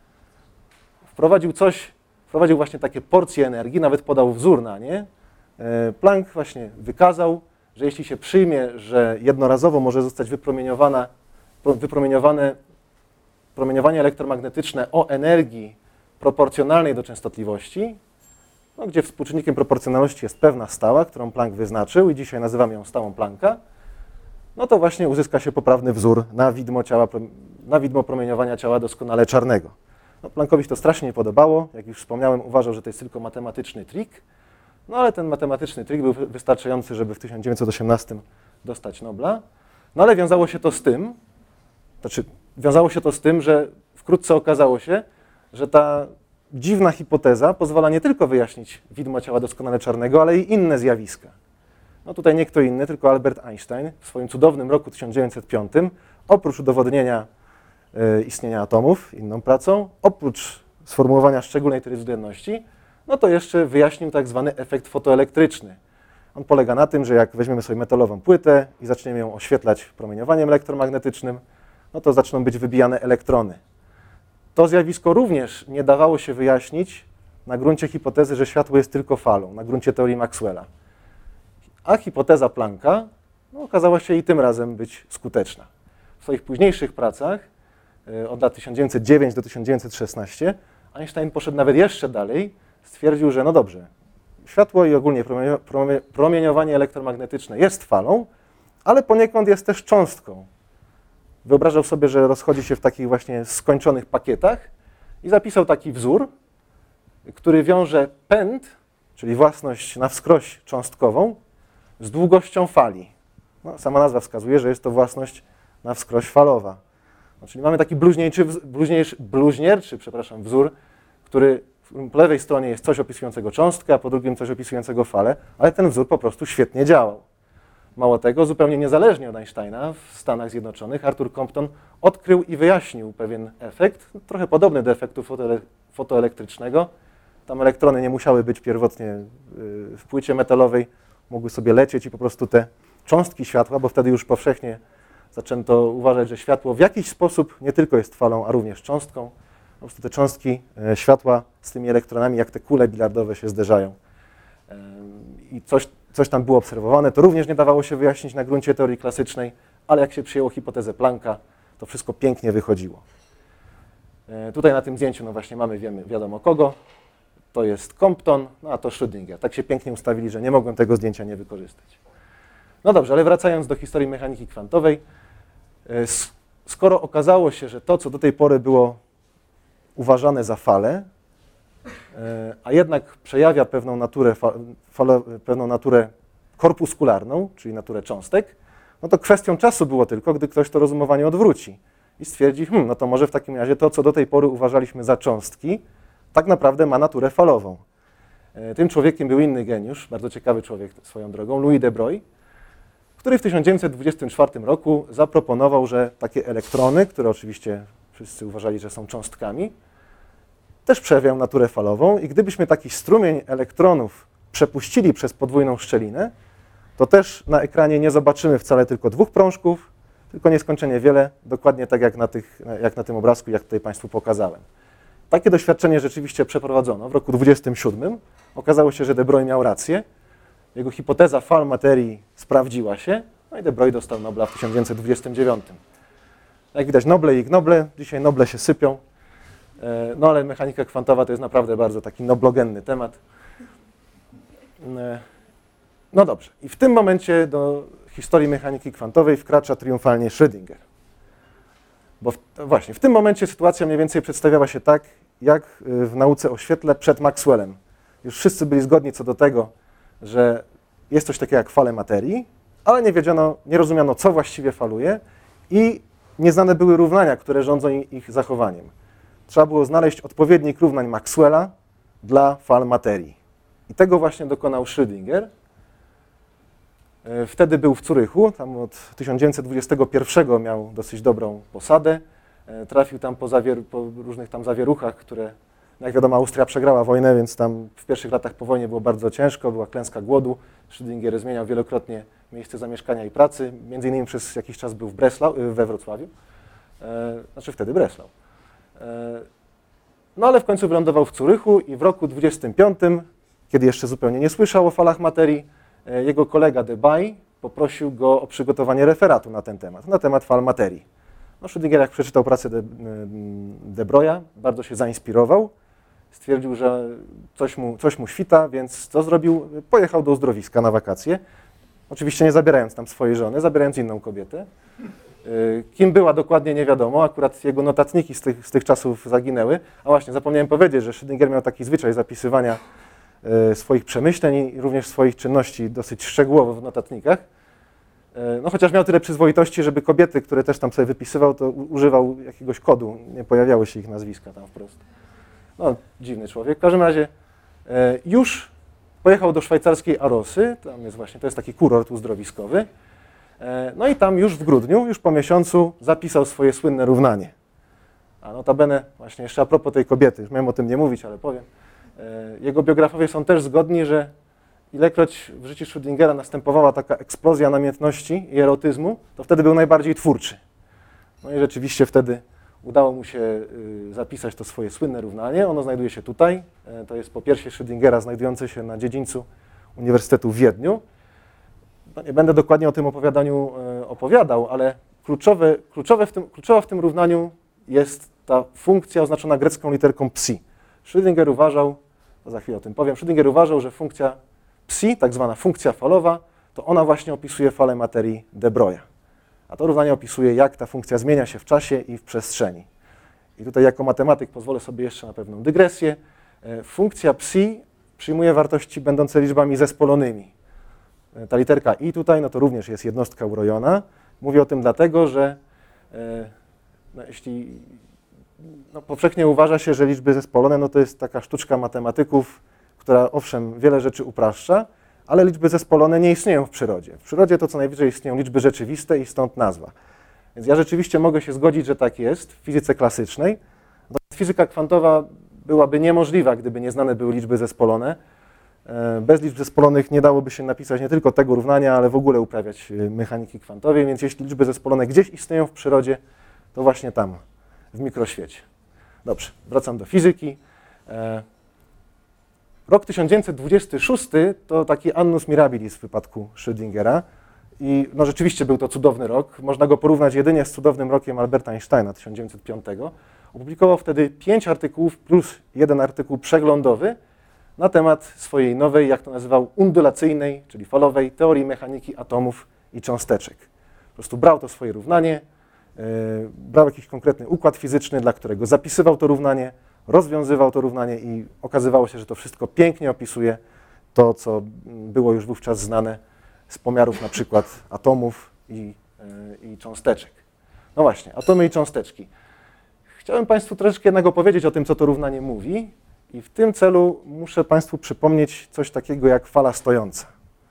Wprowadził coś, wprowadził właśnie takie porcje energii, nawet podał wzór na nie. Planck właśnie wykazał, że jeśli się przyjmie, że jednorazowo może zostać wypromieniowana, wypromieniowane promieniowanie elektromagnetyczne o energii proporcjonalnej do częstotliwości, no, gdzie współczynnikiem proporcjonalności jest pewna stała, którą Planck wyznaczył i dzisiaj nazywamy ją stałą Plancka, no to właśnie uzyska się poprawny wzór na widmo, ciała, na widmo promieniowania ciała doskonale czarnego. No, Planckowi się to strasznie nie podobało. Jak już wspomniałem, uważał, że to jest tylko matematyczny trik. No ale ten matematyczny trik był wystarczający, żeby w tysiąc dziewięćset osiemnastym dostać Nobla. No ale wiązało się to z tym, znaczy wiązało się to z tym, że wkrótce okazało się, że ta dziwna hipoteza pozwala nie tylko wyjaśnić widmo ciała doskonale czarnego, ale i inne zjawiska. No tutaj nie kto inny, tylko Albert Einstein w swoim cudownym roku tysiąc dziewięćset piątym, oprócz udowodnienia y, istnienia atomów, inną pracą, oprócz sformułowania szczególnej teorii względności, no to jeszcze wyjaśnił tak zwany efekt fotoelektryczny. On polega na tym, że jak weźmiemy sobie metalową płytę i zaczniemy ją oświetlać promieniowaniem elektromagnetycznym, no to zaczną być wybijane elektrony. To zjawisko również nie dawało się wyjaśnić na gruncie hipotezy, że światło jest tylko falą, na gruncie teorii Maxwella. A hipoteza Plancka no, okazała się i tym razem być skuteczna. W swoich późniejszych pracach, od lat tysiąc dziewięćset dziewiątego do tysiąc dziewięćset szesnastego, Einstein poszedł nawet jeszcze dalej, stwierdził, że no dobrze, światło i ogólnie promieniowanie elektromagnetyczne jest falą, ale poniekąd jest też cząstką. Wyobrażał sobie, że rozchodzi się w takich właśnie skończonych pakietach i zapisał taki wzór, który wiąże pęd, czyli własność na wskroś cząstkową, z długością fali. No, sama nazwa wskazuje, że jest to własność na wskroś falowa. No, czyli mamy taki bluźnierczy, bluźnierczy, bluźnierczy przepraszam, wzór, który po lewej stronie jest coś opisującego cząstkę, a po drugim coś opisującego falę, ale ten wzór po prostu świetnie działał. Mało tego, zupełnie niezależnie od Einsteina w Stanach Zjednoczonych Arthur Compton odkrył i wyjaśnił pewien efekt, trochę podobny do efektu fotoele fotoelektrycznego. Tam elektrony nie musiały być pierwotnie w płycie metalowej, mogły sobie lecieć i po prostu te cząstki światła, bo wtedy już powszechnie zaczęto uważać, że światło w jakiś sposób nie tylko jest falą, a również cząstką. Po prostu te cząstki światła z tymi elektronami, jak te kule bilardowe się zderzają. I coś, coś tam było obserwowane, to również nie dawało się wyjaśnić na gruncie teorii klasycznej, ale jak się przyjęło hipotezę Plancka, to wszystko pięknie wychodziło. Tutaj na tym zdjęciu, no właśnie mamy, wiemy, wiadomo kogo, to jest Compton, no a to Schrödinger. Tak się pięknie ustawili, że nie mogłem tego zdjęcia nie wykorzystać. No dobrze, ale wracając do historii mechaniki kwantowej, skoro okazało się, że to, co do tej pory było uważane za falę, a jednak przejawia pewną naturę, fale, pewną naturę korpuskularną, czyli naturę cząstek, no to kwestią czasu było tylko, gdy ktoś to rozumowanie odwróci i stwierdzi, hmm, no to może w takim razie to, co do tej pory uważaliśmy za cząstki, tak naprawdę ma naturę falową. Tym człowiekiem był inny geniusz, bardzo ciekawy człowiek swoją drogą, Louis de Broglie, który w tysiąc dziewięćset dwudziestym czwartym roku zaproponował, że takie elektrony, które oczywiście wszyscy uważali, że są cząstkami, też przejawiają naturę falową i gdybyśmy taki strumień elektronów przepuścili przez podwójną szczelinę, to też na ekranie nie zobaczymy wcale tylko dwóch prążków, tylko nieskończenie wiele, dokładnie tak jak na, tych, jak na tym obrazku, jak tutaj Państwu pokazałem. Takie doświadczenie rzeczywiście przeprowadzono w roku dwudziestym siódmym. Okazało się, że de Broglie miał rację. Jego hipoteza fal materii sprawdziła się, no i de Broglie dostał Nobla w tysiąc dziewięćset dwudziestym dziewiątym. Jak widać, Noble i Ig Noble, dzisiaj Noble się sypią, no ale mechanika kwantowa to jest naprawdę bardzo taki noblogenny temat. No dobrze, i w tym momencie do historii mechaniki kwantowej wkracza triumfalnie Schrödinger. Bo w, właśnie w tym momencie sytuacja mniej więcej przedstawiała się tak, jak w nauce o świetle przed Maxwellem. Już wszyscy byli zgodni co do tego, że jest coś takiego jak fale materii, ale nie wiedziano, nie rozumiano, co właściwie faluje i nieznane były równania, które rządzą ich zachowaniem. Trzeba było znaleźć odpowiednik równań Maxwella dla fal materii. I tego właśnie dokonał Schrödinger. Wtedy był w Zurychu, tam od tysiąc dziewięćset dwudziestego pierwszego miał dosyć dobrą posadę. Trafił tam po, zawier- po różnych tam zawieruchach, które, jak wiadomo, Austria przegrała wojnę, więc tam w pierwszych latach po wojnie było bardzo ciężko, była klęska głodu. Schrödinger zmieniał wielokrotnie miejsce zamieszkania i pracy, między innymi przez jakiś czas był w Breslau, we Wrocławiu, znaczy wtedy Breslau. No ale w końcu wylądował w Zurychu i w roku dwudziestym piątym, kiedy jeszcze zupełnie nie słyszał o falach materii, jego kolega Debye poprosił go o przygotowanie referatu na ten temat, na temat fal materii. No, Schrödinger, jak przeczytał pracę de, de Broglie'a, bardzo się zainspirował, stwierdził, że coś mu, coś mu świta, więc co zrobił? Pojechał do uzdrowiska na wakacje, oczywiście nie zabierając tam swojej żony, zabierając inną kobietę. Kim była dokładnie nie wiadomo, akurat jego notatniki z tych, z tych czasów zaginęły, a właśnie zapomniałem powiedzieć, że Schrödinger miał taki zwyczaj zapisywania swoich przemyśleń i również swoich czynności dosyć szczegółowo w notatnikach. No chociaż miał tyle przyzwoitości, żeby kobiety, które też tam sobie wypisywał, to używał jakiegoś kodu, nie pojawiały się ich nazwiska tam wprost. No, dziwny człowiek. W każdym razie już pojechał do szwajcarskiej Arosy, tam jest właśnie, to jest taki kurort uzdrowiskowy, no i tam już w grudniu, już po miesiącu zapisał swoje słynne równanie. A notabene, właśnie jeszcze a propos tej kobiety, już miałem o tym nie mówić, ale powiem, jego biografowie są też zgodni, że ilekroć w życiu Schrödingera następowała taka eksplozja namiętności i erotyzmu, to wtedy był najbardziej twórczy. No i rzeczywiście wtedy udało mu się zapisać to swoje słynne równanie. Ono znajduje się tutaj. To jest po piersie Schrödingera znajdujące się na dziedzińcu Uniwersytetu w Wiedniu. No nie będę dokładnie o tym opowiadaniu opowiadał, ale kluczowe, kluczowe w tym, kluczowa w tym równaniu jest ta funkcja oznaczona grecką literką psi. Schrödinger uważał, to za chwilę o tym powiem, Schrödinger uważał, że funkcja psi, tak zwana funkcja falowa, to ona właśnie opisuje falę materii de Broglie'a. A to równanie opisuje, jak ta funkcja zmienia się w czasie i w przestrzeni. I tutaj jako matematyk pozwolę sobie jeszcze na pewną dygresję. Funkcja psi przyjmuje wartości będące liczbami zespolonymi. Ta literka i tutaj, no to również jest jednostka urojona. Mówię o tym dlatego, że no, jeśli no, powszechnie uważa się, że liczby zespolone no, to jest taka sztuczka matematyków, która owszem wiele rzeczy upraszcza, ale liczby zespolone nie istnieją w przyrodzie. W przyrodzie to co najwyżej istnieją liczby rzeczywiste i stąd nazwa. Więc ja rzeczywiście mogę się zgodzić, że tak jest w fizyce klasycznej. Natomiast fizyka kwantowa byłaby niemożliwa, gdyby nieznane były liczby zespolone. Bez liczb zespolonych nie dałoby się napisać nie tylko tego równania, ale w ogóle uprawiać mechaniki kwantowej, więc jeśli liczby zespolone gdzieś istnieją w przyrodzie, to właśnie tam, w mikroświecie. Dobrze, wracam do fizyki. Rok tysiąc dziewięćset dwudziesty szósty to taki annus mirabilis w wypadku Schrödingera i no rzeczywiście był to cudowny rok. Można go porównać jedynie z cudownym rokiem Alberta Einsteina tysiąc dziewięćset piątego. Opublikował wtedy pięć artykułów plus jeden artykuł przeglądowy na temat swojej nowej, jak to nazywał, undulacyjnej, czyli falowej teorii mechaniki atomów i cząsteczek. Po prostu brał to swoje równanie, yy, brał jakiś konkretny układ fizyczny, dla którego zapisywał to równanie, rozwiązywał to równanie i okazywało się, że to wszystko pięknie opisuje to, co było już wówczas znane z pomiarów na przykład atomów i, yy, i cząsteczek. No właśnie, atomy i cząsteczki. Chciałem Państwu troszeczkę jednak opowiedzieć o tym, co to równanie mówi i w tym celu muszę Państwu przypomnieć coś takiego jak fala stojąca.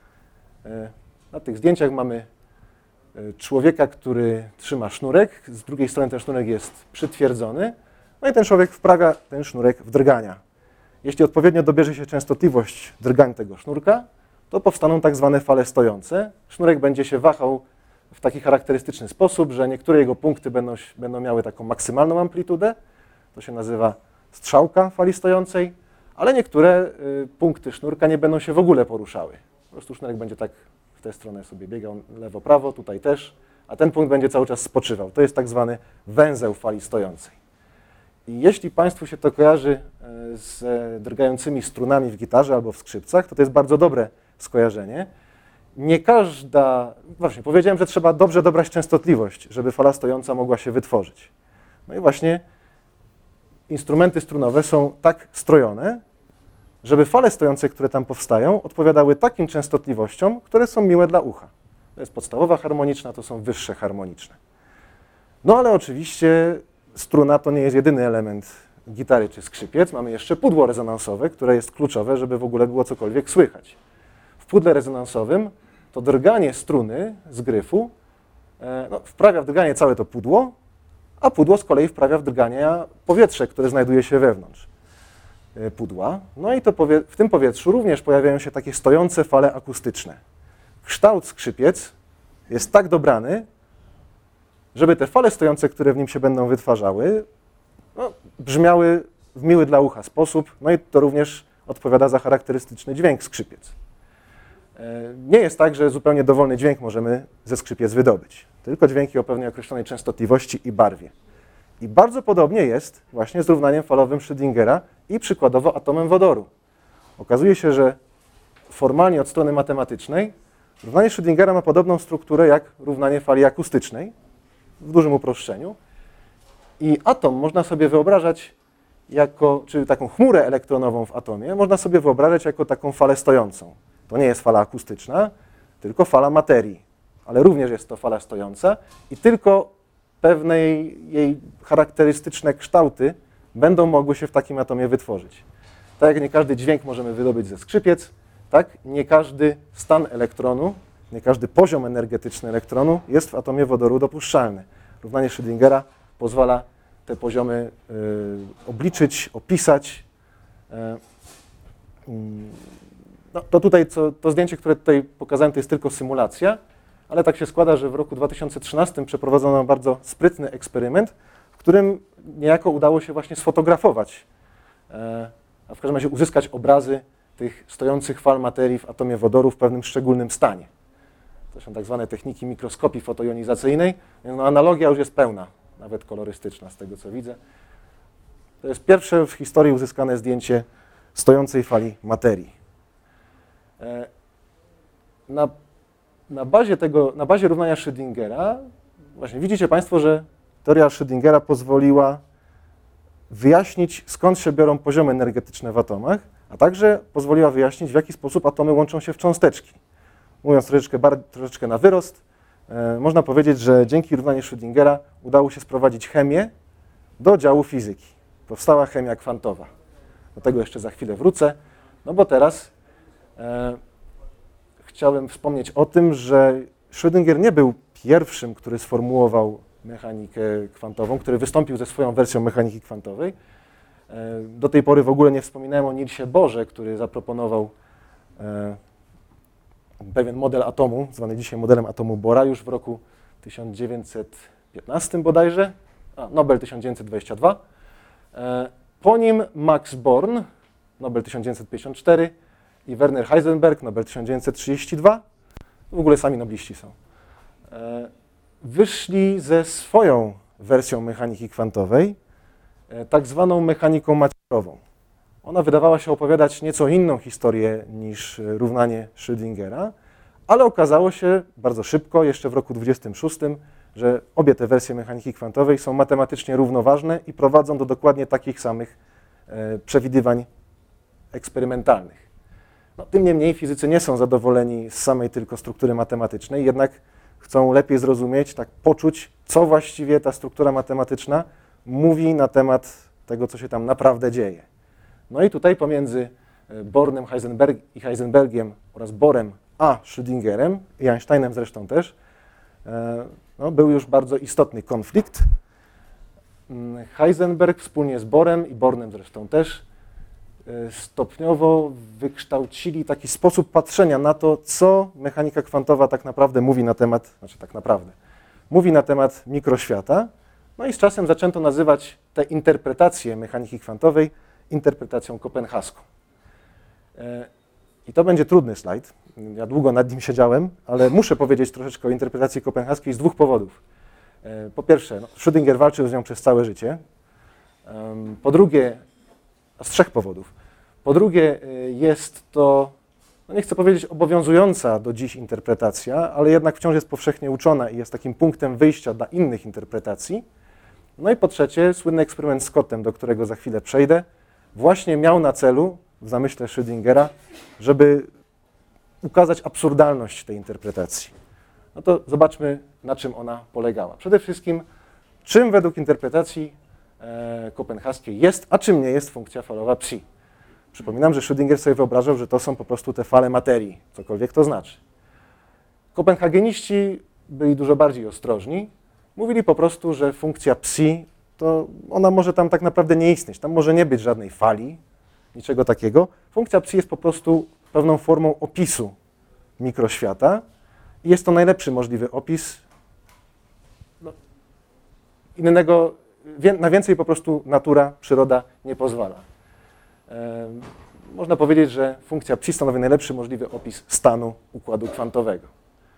Na tych zdjęciach mamy człowieka, który trzyma sznurek, z drugiej strony ten sznurek jest przytwierdzony, no i ten człowiek wprawia ten sznurek w drgania. Jeśli odpowiednio dobierze się częstotliwość drgań tego sznurka, to powstaną tak zwane fale stojące. Sznurek będzie się wahał w taki charakterystyczny sposób, że niektóre jego punkty będą, będą miały taką maksymalną amplitudę, to się nazywa strzałka fali stojącej, ale niektóre y, punkty sznurka nie będą się w ogóle poruszały. Po prostu sznurek będzie tak w tę stronę sobie biegał lewo-prawo, tutaj też, a ten punkt będzie cały czas spoczywał. To jest tak zwany węzeł fali stojącej. I jeśli Państwu się to kojarzy y, z drgającymi strunami w gitarze albo w skrzypcach, to to jest bardzo dobre skojarzenie. Nie każda, właśnie powiedziałem, że trzeba dobrze dobrać częstotliwość, żeby fala stojąca mogła się wytworzyć. No i właśnie instrumenty strunowe są tak strojone, żeby fale stojące, które tam powstają, odpowiadały takim częstotliwościom, które są miłe dla ucha. To jest podstawowa harmoniczna, to są wyższe harmoniczne. No ale oczywiście struna to nie jest jedyny element gitary czy skrzypiec. Mamy jeszcze pudło rezonansowe, które jest kluczowe, żeby w ogóle było cokolwiek słychać. W pudle rezonansowym to drganie struny z gryfu no, wprawia w drganie całe to pudło, a pudło z kolei wprawia w drganie powietrze, które znajduje się wewnątrz pudła. No i to powie- w tym powietrzu również pojawiają się takie stojące fale akustyczne. Kształt skrzypiec jest tak dobrany, żeby te fale stojące, które w nim się będą wytwarzały, no, brzmiały w miły dla ucha sposób, no i to również odpowiada za charakterystyczny dźwięk skrzypiec. Nie jest tak, że zupełnie dowolny dźwięk możemy ze skrzypiec wydobyć, tylko dźwięki o pewnej określonej częstotliwości i barwie. I bardzo podobnie jest właśnie z równaniem falowym Schrödingera i przykładowo atomem wodoru. Okazuje się, że formalnie od strony matematycznej równanie Schrödingera ma podobną strukturę jak równanie fali akustycznej, w dużym uproszczeniu. I atom można sobie wyobrażać jako, czy taką chmurę elektronową w atomie, można sobie wyobrażać jako taką falę stojącą. To nie jest fala akustyczna, tylko fala materii, ale również jest to fala stojąca i tylko pewne jej charakterystyczne kształty będą mogły się w takim atomie wytworzyć. Tak jak nie każdy dźwięk możemy wydobyć ze skrzypiec, tak nie każdy stan elektronu, nie każdy poziom energetyczny elektronu jest w atomie wodoru dopuszczalny. Równanie Schrödingera pozwala te poziomy y, obliczyć, opisać. Y, y, No, to tutaj, co, to zdjęcie, które tutaj pokazałem, to jest tylko symulacja, ale tak się składa, że w roku dwa tysiące trzynastym przeprowadzono bardzo sprytny eksperyment, w którym niejako udało się właśnie sfotografować, e, a w każdym razie uzyskać obrazy tych stojących fal materii w atomie wodoru w pewnym szczególnym stanie. To są tak zwane techniki mikroskopii fotojonizacyjnej. No, analogia już jest pełna, nawet kolorystyczna z tego, co widzę. To jest pierwsze w historii uzyskane zdjęcie stojącej fali materii. Na, na, bazie tego, na bazie równania Schrödingera, właśnie widzicie Państwo, że teoria Schrödingera pozwoliła wyjaśnić, skąd się biorą poziomy energetyczne w atomach, a także pozwoliła wyjaśnić, w jaki sposób atomy łączą się w cząsteczki. Mówiąc troszeczkę, bar, troszeczkę na wyrost, e, można powiedzieć, że dzięki równaniu Schrödingera udało się sprowadzić chemię do działu fizyki. Powstała chemia kwantowa. Do tego jeszcze za chwilę wrócę, no bo teraz E, chciałem wspomnieć o tym, że Schrödinger nie był pierwszym, który sformułował mechanikę kwantową, który wystąpił ze swoją wersją mechaniki kwantowej. E, do tej pory w ogóle nie wspominałem o Nielsie Bohrze, który zaproponował e, pewien model atomu, zwany dzisiaj modelem atomu Bohra, już w roku tysiąc dziewięćset piętnastym bodajże, a Nobel tysiąc dziewięćset dwudziesty drugi. E, po nim Max Born Nobel tysiąc dziewięćset pięćdziesiąt cztery i Werner Heisenberg, Nobel tysiąc dziewięćset trzydzieści dwa, w ogóle sami nobliści są, wyszli ze swoją wersją mechaniki kwantowej, tak zwaną mechaniką macierową. Ona wydawała się opowiadać nieco inną historię niż równanie Schrödingera, ale okazało się bardzo szybko, jeszcze w roku dwudziestym szóstym, że obie te wersje mechaniki kwantowej są matematycznie równoważne i prowadzą do dokładnie takich samych e, przewidywań eksperymentalnych. No, tym niemniej fizycy nie są zadowoleni z samej tylko struktury matematycznej, jednak chcą lepiej zrozumieć, tak poczuć, co właściwie ta struktura matematyczna mówi na temat tego, co się tam naprawdę dzieje. No i tutaj pomiędzy Bornem Heisenberg i Heisenbergiem oraz Borem a Schrödingerem, i Einsteinem zresztą też, no, był już bardzo istotny konflikt. Heisenberg wspólnie z Borem i Bornem zresztą też stopniowo wykształcili taki sposób patrzenia na to, co mechanika kwantowa tak naprawdę mówi na temat, znaczy tak naprawdę, mówi na temat mikroświata. No i z czasem zaczęto nazywać te interpretacje mechaniki kwantowej interpretacją kopenhaską. I to będzie trudny slajd. Ja długo nad nim siedziałem, ale muszę powiedzieć troszeczkę o interpretacji kopenhaskiej z dwóch powodów. Po pierwsze, no, Schrödinger walczył z nią przez całe życie. Po drugie, z trzech powodów. Po drugie, jest to, no nie chcę powiedzieć obowiązująca do dziś interpretacja, ale jednak wciąż jest powszechnie uczona i jest takim punktem wyjścia dla innych interpretacji. No i po trzecie, słynny eksperyment z kotem, do którego za chwilę przejdę, właśnie miał na celu, w zamyśle Schrödingera, żeby ukazać absurdalność tej interpretacji. No to zobaczmy, na czym ona polegała. Przede wszystkim, czym według interpretacji e, kopenhaskiej jest, a czym nie jest funkcja falowa psi. Przypominam, że Schrödinger sobie wyobrażał, że to są po prostu te fale materii, cokolwiek to znaczy. Kopenhageniści byli dużo bardziej ostrożni. Mówili po prostu, że funkcja psi, to ona może tam tak naprawdę nie istnieć. Tam może nie być żadnej fali, niczego takiego. Funkcja psi jest po prostu pewną formą opisu mikroświata i jest to najlepszy możliwy opis. No, innego, na więcej po prostu natura, przyroda nie pozwala. E, można powiedzieć, że funkcja psi stanowi najlepszy możliwy opis stanu układu kwantowego.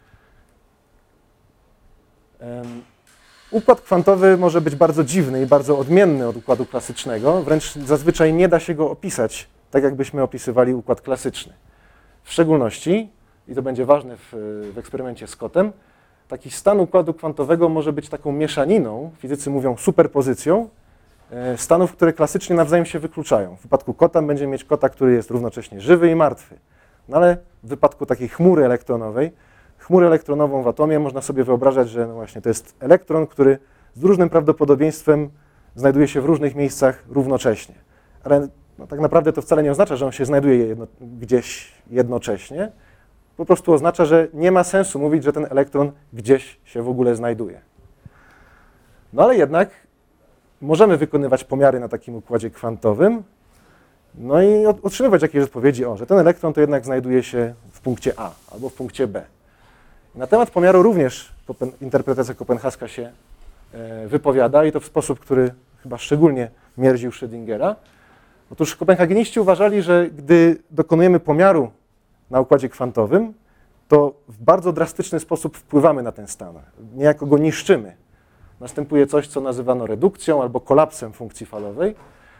E, Układ kwantowy może być bardzo dziwny i bardzo odmienny od układu klasycznego, wręcz zazwyczaj nie da się go opisać tak, jakbyśmy opisywali układ klasyczny. W szczególności, i to będzie ważne w, w eksperymencie z kotem, taki stan układu kwantowego może być taką mieszaniną, fizycy mówią superpozycją, stanów, które klasycznie nawzajem się wykluczają. W wypadku kota będziemy mieć kota, który jest równocześnie żywy i martwy. No ale w wypadku takiej chmury elektronowej, chmurę elektronową w atomie można sobie wyobrażać, że no właśnie to jest elektron, który z różnym prawdopodobieństwem znajduje się w różnych miejscach równocześnie. Ale no, tak naprawdę to wcale nie oznacza, że on się znajduje jedno, gdzieś jednocześnie. Po prostu oznacza, że nie ma sensu mówić, że ten elektron gdzieś się w ogóle znajduje. No ale jednak możemy wykonywać pomiary na takim układzie kwantowym, no i otrzymywać jakieś odpowiedzi, o, że ten elektron to jednak znajduje się w punkcie A albo w punkcie B. Na temat pomiaru również interpretacja kopenhaska się wypowiada i to w sposób, który chyba szczególnie mierził Schrödingera. Otóż kopenhageniści uważali, że gdy dokonujemy pomiaru na układzie kwantowym, to w bardzo drastyczny sposób wpływamy na ten stan, niejako go niszczymy. Następuje coś, co nazywano redukcją albo kolapsem funkcji falowej.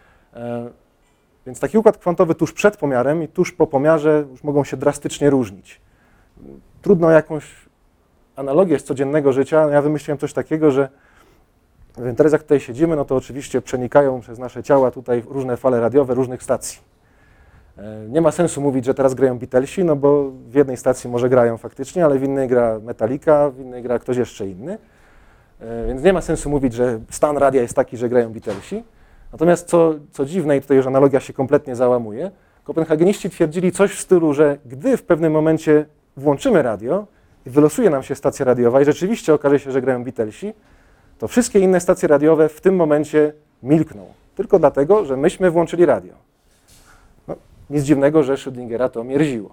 Więc taki układ kwantowy tuż przed pomiarem i tuż po pomiarze już mogą się drastycznie różnić. Trudno jakąś analogię z codziennego życia. Ja wymyśliłem coś takiego, że teraz jak tutaj siedzimy, no to oczywiście przenikają przez nasze ciała tutaj różne fale radiowe różnych stacji. Nie ma sensu mówić, że teraz grają Beatlesi, no bo w jednej stacji może grają faktycznie, ale w innej gra Metallica, w innej gra ktoś jeszcze inny. Więc nie ma sensu mówić, że stan radia jest taki, że grają Beatlesi. Natomiast co, co dziwne, i tutaj już analogia się kompletnie załamuje, kopenhageniści twierdzili coś w stylu, że gdy w pewnym momencie włączymy radio i wylosuje nam się stacja radiowa i rzeczywiście okaże się, że grają Beatlesi, to wszystkie inne stacje radiowe w tym momencie milkną. Tylko dlatego, że myśmy włączyli radio. No, nic dziwnego, że Schrödingera to mierziło.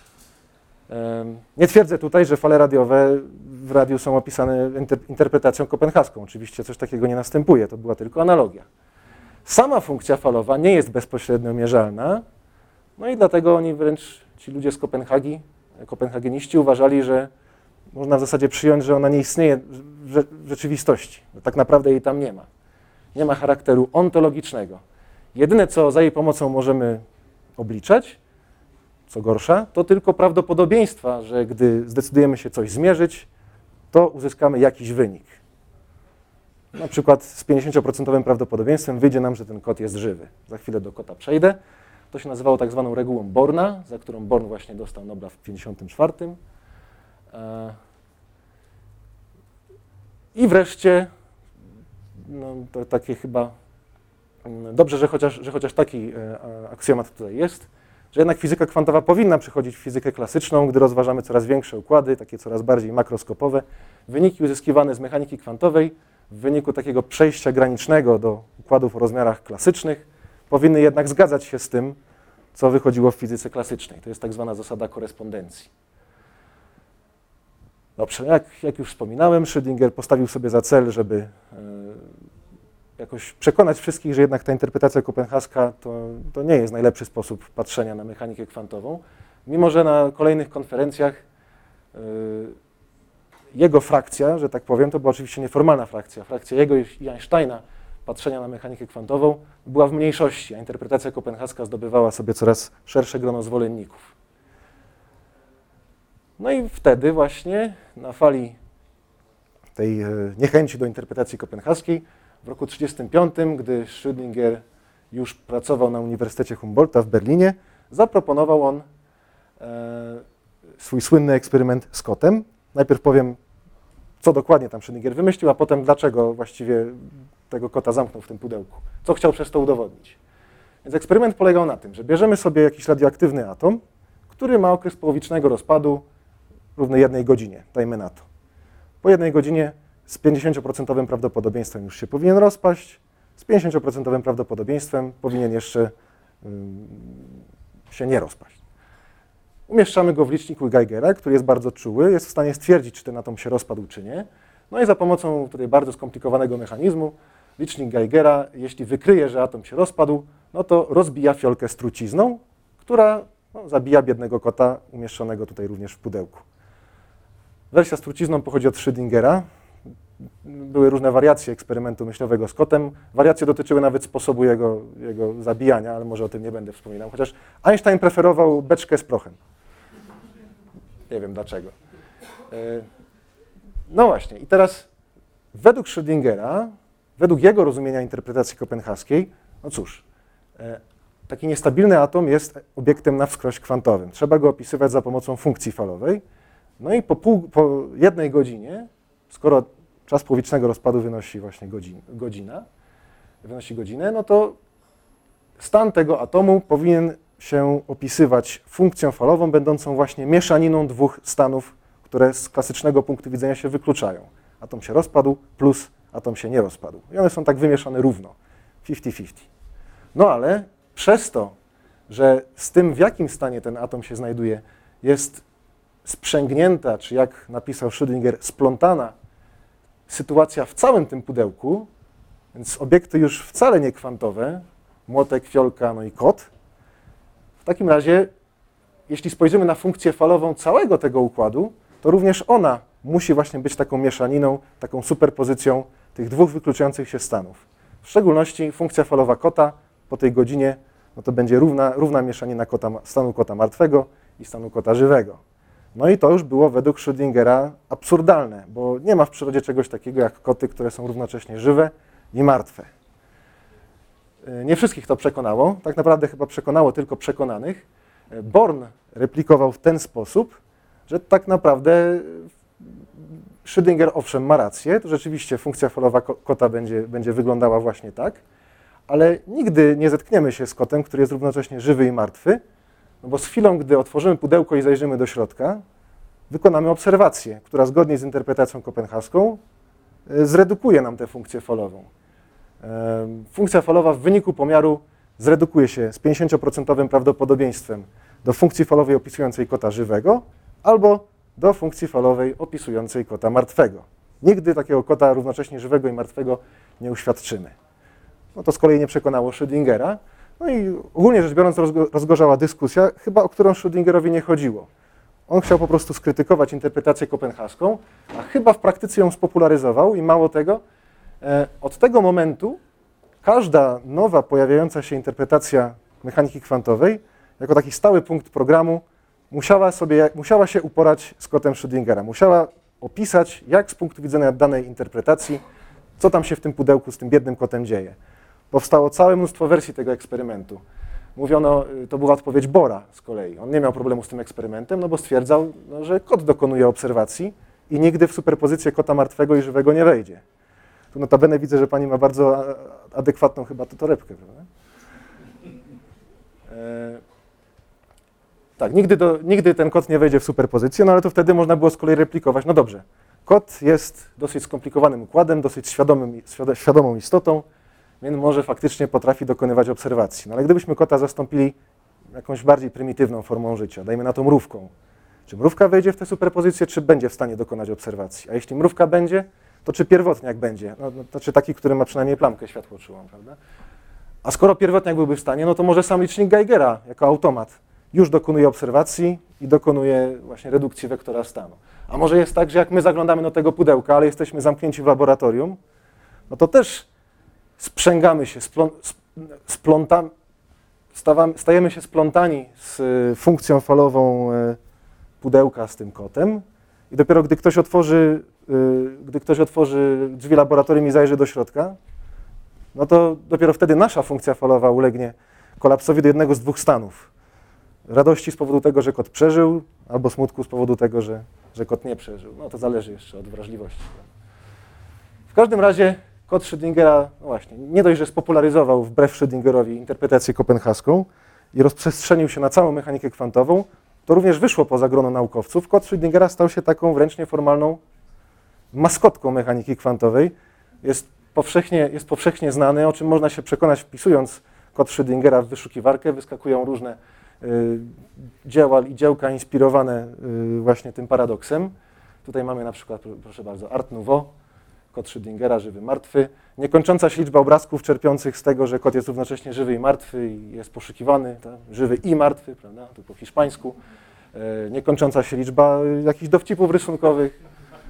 Nie twierdzę tutaj, że fale radiowe w radiu są opisane interpretacją kopenhaską. Oczywiście coś takiego nie następuje, to była tylko analogia. Sama funkcja falowa nie jest bezpośrednio mierzalna, no i dlatego oni wręcz, ci ludzie z Kopenhagi, kopenhageniści uważali, że można w zasadzie przyjąć, że ona nie istnieje w rzeczywistości, że tak naprawdę jej tam nie ma. Nie ma charakteru ontologicznego. Jedyne, co za jej pomocą możemy obliczać, co gorsza, to tylko prawdopodobieństwa, że gdy zdecydujemy się coś zmierzyć, to uzyskamy jakiś wynik. Na przykład z pięćdziesięcioprocentowym prawdopodobieństwem wyjdzie nam, że ten kot jest żywy. Za chwilę do kota przejdę. To się nazywało tak zwaną regułą Borna, za którą Born właśnie dostał Nobla w pięćdziesiątym czwartym. I wreszcie, no to takie chyba, dobrze, że chociaż, że chociaż taki aksjomat tutaj jest, że jednak fizyka kwantowa powinna przechodzić w fizykę klasyczną, gdy rozważamy coraz większe układy, takie coraz bardziej makroskopowe. Wyniki uzyskiwane z mechaniki kwantowej w wyniku takiego przejścia granicznego do układów o rozmiarach klasycznych powinny jednak zgadzać się z tym, co wychodziło w fizyce klasycznej. To jest tak zwana zasada korespondencji. Dobrze, jak, jak już wspominałem, Schrödinger postawił sobie za cel, żeby y, jakoś przekonać wszystkich, że jednak ta interpretacja kopenhaska to, to nie jest najlepszy sposób patrzenia na mechanikę kwantową, mimo że na kolejnych konferencjach y, jego frakcja, że tak powiem, to była oczywiście nieformalna frakcja, frakcja jego i Einsteina patrzenia na mechanikę kwantową była w mniejszości, a interpretacja kopenhaska zdobywała sobie coraz szersze grono zwolenników. No i wtedy właśnie na fali tej niechęci do interpretacji kopenhaskiej w roku tysiąc dziewięćset trzydziestym piątym, gdy Schrödinger już pracował na Uniwersytecie Humboldta w Berlinie, zaproponował on e, swój słynny eksperyment z kotem. Najpierw powiem, co dokładnie tam Schrödinger wymyślił, a potem dlaczego właściwie tego kota zamknął w tym pudełku. Co chciał przez to udowodnić. Więc eksperyment polegał na tym, że bierzemy sobie jakiś radioaktywny atom, który ma okres połowicznego rozpadu równy jednej godzinie, dajmy na to. Po jednej godzinie z pięćdziesięcioprocentowym prawdopodobieństwem już się powinien rozpaść, z pięćdziesięcioprocentowym prawdopodobieństwem powinien jeszcze um, się nie rozpaść. Umieszczamy go w liczniku Geigera, który jest bardzo czuły, jest w stanie stwierdzić, czy ten atom się rozpadł, czy nie. No i za pomocą tutaj bardzo skomplikowanego mechanizmu licznik Geigera, jeśli wykryje, że atom się rozpadł, no to rozbija fiolkę z trucizną, która no, zabija biednego kota umieszczonego tutaj również w pudełku. Wersja z trucizną pochodzi od Schrödingera. Były różne wariacje eksperymentu myślowego z kotem. Wariacje dotyczyły nawet sposobu jego, jego zabijania, ale może o tym nie będę wspominał. Chociaż Einstein preferował beczkę z prochem. Nie wiem dlaczego. No właśnie, i teraz według Schrödingera, według jego rozumienia interpretacji kopenhaskiej, no cóż, taki niestabilny atom jest obiektem na wskroś kwantowym. Trzeba go opisywać za pomocą funkcji falowej. No i po, pół, po jednej godzinie, skoro czas połowicznego rozpadu wynosi właśnie godzin, godzina, wynosi godzinę, no to stan tego atomu powinien się opisywać funkcją falową, będącą właśnie mieszaniną dwóch stanów, które z klasycznego punktu widzenia się wykluczają. Atom się rozpadł plus atom się nie rozpadł. I one są tak wymieszane równo, pięćdziesiąt pięćdziesiąt. No ale przez to, że z tym, w jakim stanie ten atom się znajduje, jest sprzęgnięta, czy jak napisał Schrödinger, splątana sytuacja w całym tym pudełku, więc obiekty już wcale nie kwantowe, młotek, fiolka, no i kot. W takim razie, jeśli spojrzymy na funkcję falową całego tego układu, to również ona musi właśnie być taką mieszaniną, taką superpozycją tych dwóch wykluczających się stanów. W szczególności funkcja falowa kota po tej godzinie, no to będzie równa, równa mieszanina kota, stanu kota martwego i stanu kota żywego. No i to już było według Schrödingera absurdalne, bo nie ma w przyrodzie czegoś takiego jak koty, które są równocześnie żywe i martwe. Nie wszystkich to przekonało, tak naprawdę chyba przekonało tylko przekonanych. Born replikował w ten sposób, że tak naprawdę Schrödinger owszem ma rację, to rzeczywiście funkcja falowa kota będzie, będzie wyglądała właśnie tak, ale nigdy nie zetkniemy się z kotem, który jest równocześnie żywy i martwy, no bo z chwilą, gdy otworzymy pudełko i zajrzymy do środka, wykonamy obserwację, która zgodnie z interpretacją kopenhaską zredukuje nam tę funkcję falową. Funkcja falowa w wyniku pomiaru zredukuje się z pięćdziesięcioprocentowym prawdopodobieństwem do funkcji falowej opisującej kota żywego albo do funkcji falowej opisującej kota martwego. Nigdy takiego kota równocześnie żywego i martwego nie uświadczymy. No to z kolei nie przekonało Schrödingera. No i ogólnie rzecz biorąc rozgorzała dyskusja, chyba o którą Schrödingerowi nie chodziło. On chciał po prostu skrytykować interpretację kopenhaską, a chyba w praktyce ją spopularyzował i mało tego, od tego momentu każda nowa pojawiająca się interpretacja mechaniki kwantowej jako taki stały punkt programu musiała, sobie, musiała się uporać z kotem Schrödingera. Musiała opisać, jak z punktu widzenia danej interpretacji, co tam się w tym pudełku z tym biednym kotem dzieje. Powstało całe mnóstwo wersji tego eksperymentu. Mówiono, to była odpowiedź Bora z kolei. On nie miał problemu z tym eksperymentem, no bo stwierdzał, no, że kot dokonuje obserwacji i nigdy w superpozycję kota martwego i żywego nie wejdzie. Tu notabene widzę, że pani ma bardzo adekwatną chyba torebkę, prawda? E, tak, nigdy, do, nigdy ten kot nie wejdzie w superpozycję, no ale to wtedy można było z kolei replikować. No dobrze, kot jest dosyć skomplikowanym układem, dosyć świadomym, świadomą istotą, więc może faktycznie potrafi dokonywać obserwacji. No ale gdybyśmy kota zastąpili jakąś bardziej prymitywną formą życia, dajmy na to mrówką, czy mrówka wejdzie w tę superpozycję, czy będzie w stanie dokonać obserwacji? A jeśli mrówka będzie, to czy pierwotniak będzie? No, no, to czy taki, który ma przynajmniej plamkę światłoczułą, prawda? A skoro pierwotniak byłby w stanie, no to może sam licznik Geigera jako automat już dokonuje obserwacji i dokonuje właśnie redukcji wektora stanu. A może jest tak, że jak my zaglądamy do tego pudełka, ale jesteśmy zamknięci w laboratorium, no to też sprzęgamy się, splą, splątamy, stawamy, stajemy się splątani z funkcją falową pudełka z tym kotem i dopiero gdy ktoś otworzy, gdy ktoś otworzy drzwi laboratorium i zajrzy do środka, no to dopiero wtedy nasza funkcja falowa ulegnie kolapsowi do jednego z dwóch stanów. Radości z powodu tego, że kot przeżył, albo smutku z powodu tego, że, że kot nie przeżył. No to zależy jeszcze od wrażliwości. W każdym razie kot Schrödingera, no właśnie, nie dość, że spopularyzował wbrew Schrödingerowi interpretację kopenhaską i rozprzestrzenił się na całą mechanikę kwantową, to również wyszło poza grono naukowców. Kot Schrödingera stał się taką wręcz nieformalną maskotką mechaniki kwantowej. Jest powszechnie, jest powszechnie znany, o czym można się przekonać wpisując kod Schrödingera w wyszukiwarkę. Wyskakują różne y, dzieła i dziełka inspirowane y, właśnie tym paradoksem. Tutaj mamy na przykład, proszę bardzo, Art Nouveau, kod Schrödingera, żywy, martwy. Niekończąca się liczba obrazków czerpiących z tego, że kot jest równocześnie żywy i martwy i jest poszukiwany, tak? Żywy i martwy, prawda? Tu po hiszpańsku. Y, niekończąca się liczba y, jakichś dowcipów rysunkowych.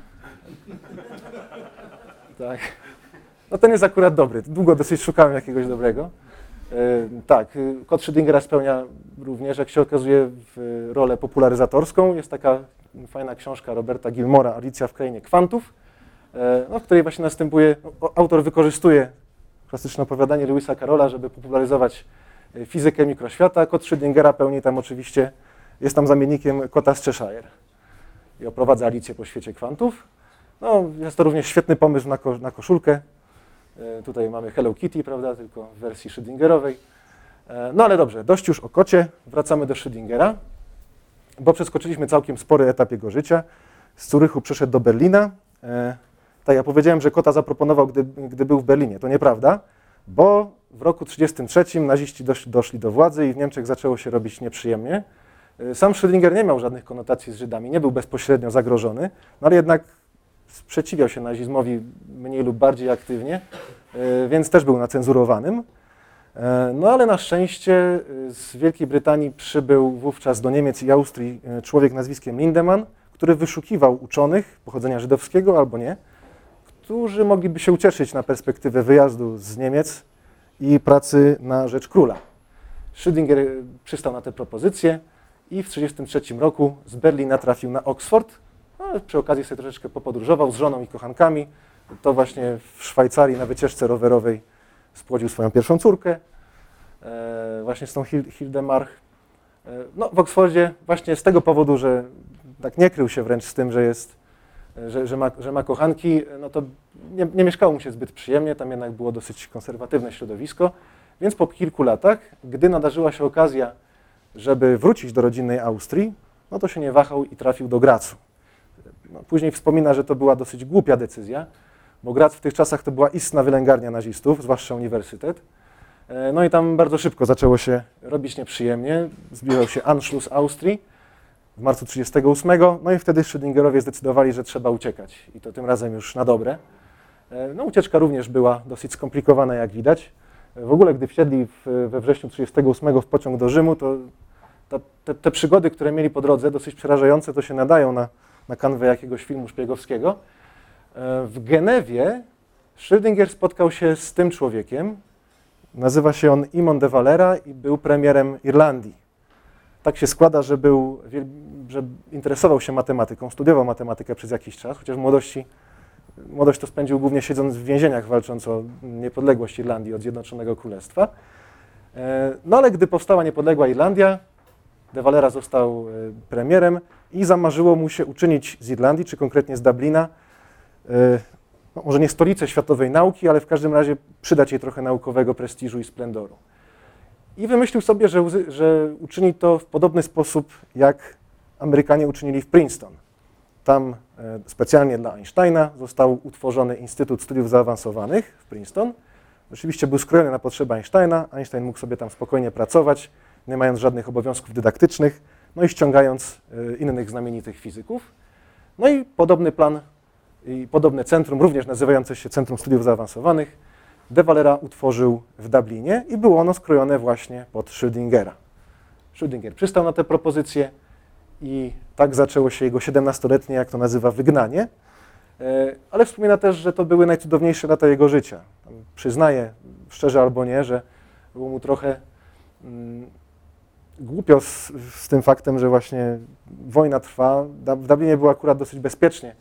Tak. No ten jest akurat dobry. Długo dosyć szukałem jakiegoś dobrego. Yy, tak, kod Schrödingera spełnia również, jak się okazuje, w rolę popularyzatorską. Jest taka fajna książka Roberta Gilmora, Alicja w krainie kwantów, yy, no, w której właśnie następuje, no, autor wykorzystuje klasyczne opowiadanie Lewisa Carrolla, żeby popularyzować fizykę mikroświata. Kod Schrödingera pełni tam oczywiście, jest tam zamiennikiem kota z Cheshire i oprowadza Alicję po świecie kwantów. No, jest to również świetny pomysł na, ko na koszulkę. E, tutaj mamy Hello Kitty, prawda, tylko w wersji Schrödingerowej. E, no ale dobrze, dość już o kocie, wracamy do Schrödingera, bo przeskoczyliśmy całkiem spory etap jego życia. Z Zurychu przeszedł do Berlina. E, tak, ja powiedziałem, że kota zaproponował, gdy, gdy był w Berlinie. To nieprawda, bo w roku tysiąc dziewięćset trzydziestym trzecim naziści dosz, doszli do władzy i w Niemczech zaczęło się robić nieprzyjemnie. E, sam Schrödinger nie miał żadnych konotacji z Żydami, nie był bezpośrednio zagrożony, no ale jednak sprzeciwiał się nazizmowi mniej lub bardziej aktywnie, więc też był nacenzurowanym. No ale na szczęście z Wielkiej Brytanii przybył wówczas do Niemiec i Austrii człowiek nazwiskiem Lindemann, który wyszukiwał uczonych pochodzenia żydowskiego albo nie, którzy mogliby się ucieszyć na perspektywę wyjazdu z Niemiec i pracy na rzecz króla. Schrödinger przystał na tę propozycję i w tysiąc dziewięćset trzydziestym trzecim roku z Berlina trafił na Oxford. No, przy okazji sobie troszeczkę popodróżował z żoną i kochankami. To właśnie w Szwajcarii na wycieczce rowerowej spłodził swoją pierwszą córkę, e, właśnie z tą Hildemarch. E, no, w Oksfordzie właśnie z tego powodu, że tak nie krył się wręcz z tym, że, jest, że, że, ma, że ma kochanki, no to nie, nie mieszkało mu się zbyt przyjemnie, tam jednak było dosyć konserwatywne środowisko, więc po kilku latach, gdy nadarzyła się okazja, żeby wrócić do rodzinnej Austrii, no to się nie wahał i trafił do Grazu. No, później wspomina, że to była dosyć głupia decyzja, bo Graz w tych czasach to była istna wylęgarnia nazistów, zwłaszcza uniwersytet. No i tam bardzo szybko zaczęło się robić nieprzyjemnie. Zbliżał się Anschluss Austrii w marcu tysiąc dziewięćset trzydziestego ósmego, no i wtedy Schrödingerowie zdecydowali, że trzeba uciekać i to tym razem już na dobre. No ucieczka również była dosyć skomplikowana, jak widać. W ogóle, gdy wsiedli w, we wrześniu trzydziestego ósmego w pociąg do Rzymu, to ta, te, te przygody, które mieli po drodze, dosyć przerażające, to się nadają na, na kanwę jakiegoś filmu szpiegowskiego. W Genewie Schrödinger spotkał się z tym człowiekiem. Nazywa się on Imon de Valera i był premierem Irlandii. Tak się składa, że, był, że interesował się matematyką, studiował matematykę przez jakiś czas, chociaż w młodości, młodość to spędził głównie siedząc w więzieniach, walcząc o niepodległość Irlandii od Zjednoczonego Królestwa. No ale gdy powstała niepodległa Irlandia, de Valera został premierem i zamarzyło mu się uczynić z Irlandii, czy konkretnie z Dublina, no, może nie stolicę światowej nauki, ale w każdym razie przydać jej trochę naukowego prestiżu i splendoru. I wymyślił sobie, że, że uczyni to w podobny sposób, jak Amerykanie uczynili w Princeton. Tam e, specjalnie dla Einsteina został utworzony Instytut Studiów Zaawansowanych w Princeton. Oczywiście był skrojony na potrzeby Einsteina. Einstein mógł sobie tam spokojnie pracować, nie mając żadnych obowiązków dydaktycznych, no i ściągając e, innych znamienitych fizyków. No i podobny plan i podobne centrum, również nazywające się Centrum Studiów Zaawansowanych, de Valera utworzył w Dublinie i było ono skrojone właśnie pod Schrödingera. Schrödinger przystał na tę propozycję i tak zaczęło się jego siedemnastoletnie, jak to nazywa, wygnanie, ale wspomina też, że to były najcudowniejsze lata jego życia. Przyznaje, szczerze albo nie, że było mu trochę mm, głupio z, z tym faktem, że właśnie wojna trwa. W Dublinie było akurat dosyć bezpiecznie,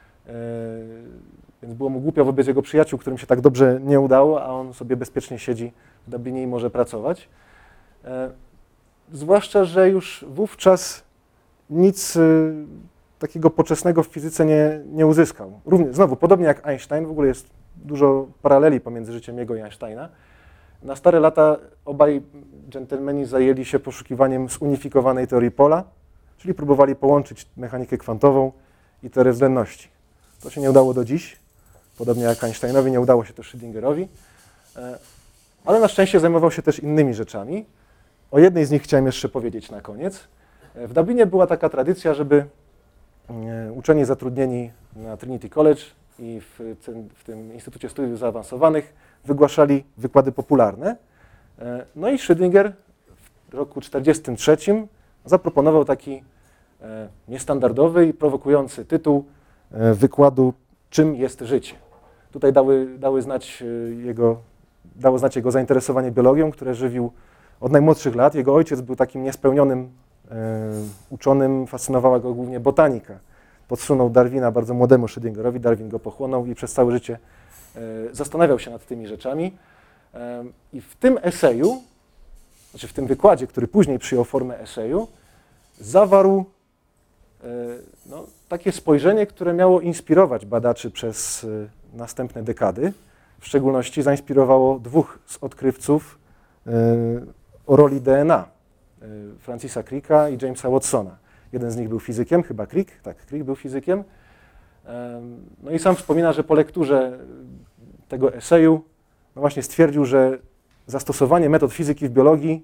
więc było mu głupio wobec jego przyjaciół, którym się tak dobrze nie udało, a on sobie bezpiecznie siedzi w Dublinie i może pracować. Zwłaszcza, że już wówczas nic takiego poczesnego w fizyce nie, nie uzyskał. Równie, znowu, podobnie jak Einstein, w ogóle jest dużo paraleli pomiędzy życiem jego i Einsteina. Na stare lata obaj dżentelmeni zajęli się poszukiwaniem zunifikowanej teorii pola, czyli próbowali połączyć mechanikę kwantową i teorię względności. To się nie udało do dziś, podobnie jak Einsteinowi, nie udało się to Schrödingerowi, ale na szczęście zajmował się też innymi rzeczami. O jednej z nich chciałem jeszcze powiedzieć na koniec. W Dublinie była taka tradycja, żeby uczeni zatrudnieni na Trinity College i w, w tym Instytucie Studiów Zaawansowanych wygłaszali wykłady popularne. No i Schrödinger w roku czterdziestym trzecim zaproponował taki niestandardowy i prowokujący tytuł wykładu "Czym jest życie?". Tutaj dały, dały znać jego, dało znać jego zainteresowanie biologią, które żywił od najmłodszych lat. Jego ojciec był takim niespełnionym e, uczonym, fascynowała go głównie botanika. Podsunął Darwina bardzo młodemu Schrödingerowi, Darwin go pochłonął i przez całe życie e, zastanawiał się nad tymi rzeczami. E, I w tym eseju, znaczy w tym wykładzie, który później przyjął formę eseju, zawarł e, no, takie spojrzenie, które miało inspirować badaczy przez e, następne dekady. W szczególności zainspirowało dwóch z odkrywców e, o roli D N A, Francisa Cricka i Jamesa Watsona. Jeden z nich był fizykiem, chyba Crick, tak, Crick był fizykiem. No i sam wspomina, że po lekturze tego eseju no właśnie stwierdził, że zastosowanie metod fizyki w biologii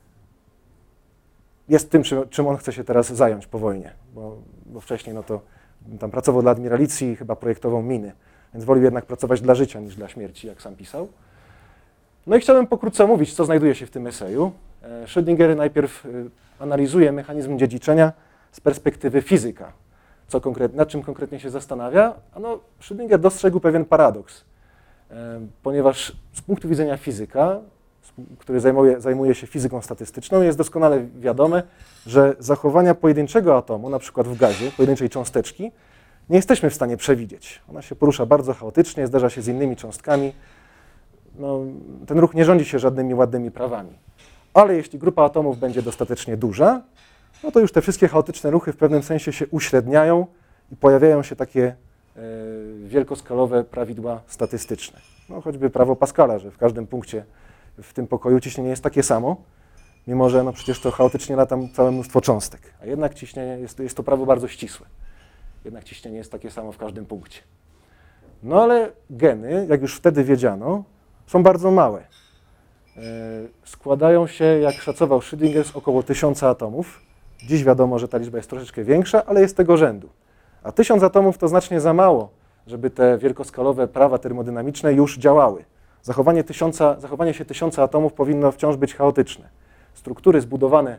jest tym, czym, czym on chce się teraz zająć po wojnie, bo, bo wcześniej no to tam pracował dla admiralicji i chyba projektował miny, więc wolił jednak pracować dla życia niż dla śmierci, jak sam pisał. No i chciałbym pokrótce omówić, co znajduje się w tym eseju. Schrödinger najpierw analizuje mechanizm dziedziczenia z perspektywy fizyka, co konkret, nad czym konkretnie się zastanawia. No, Schrödinger dostrzegł pewien paradoks, ponieważ z punktu widzenia fizyka, który zajmuje, zajmuje się fizyką statystyczną, jest doskonale wiadome, że zachowania pojedynczego atomu, na przykład w gazie, pojedynczej cząsteczki, nie jesteśmy w stanie przewidzieć. Ona się porusza bardzo chaotycznie, zderza się z innymi cząstkami. No, ten ruch nie rządzi się żadnymi ładnymi prawami. Ale jeśli grupa atomów będzie dostatecznie duża, no to już te wszystkie chaotyczne ruchy w pewnym sensie się uśredniają i pojawiają się takie e, wielkoskalowe prawidła statystyczne. No, choćby prawo Pascala, że w każdym punkcie w tym pokoju ciśnienie jest takie samo, mimo że no przecież to chaotycznie lata całe mnóstwo cząstek. A jednak ciśnienie jest, jest to prawo bardzo ścisłe. Jednak ciśnienie jest takie samo w każdym punkcie. No ale geny, jak już wtedy wiedziano, są bardzo małe. Składają się, jak szacował Schrödinger, z około tysiąca atomów. Dziś wiadomo, że ta liczba jest troszeczkę większa, ale jest tego rzędu. A tysiąc atomów to znacznie za mało, żeby te wielkoskalowe prawa termodynamiczne już działały. zachowanie, tysiąca, zachowanie się tysiąca atomów powinno wciąż być chaotyczne. Struktury zbudowane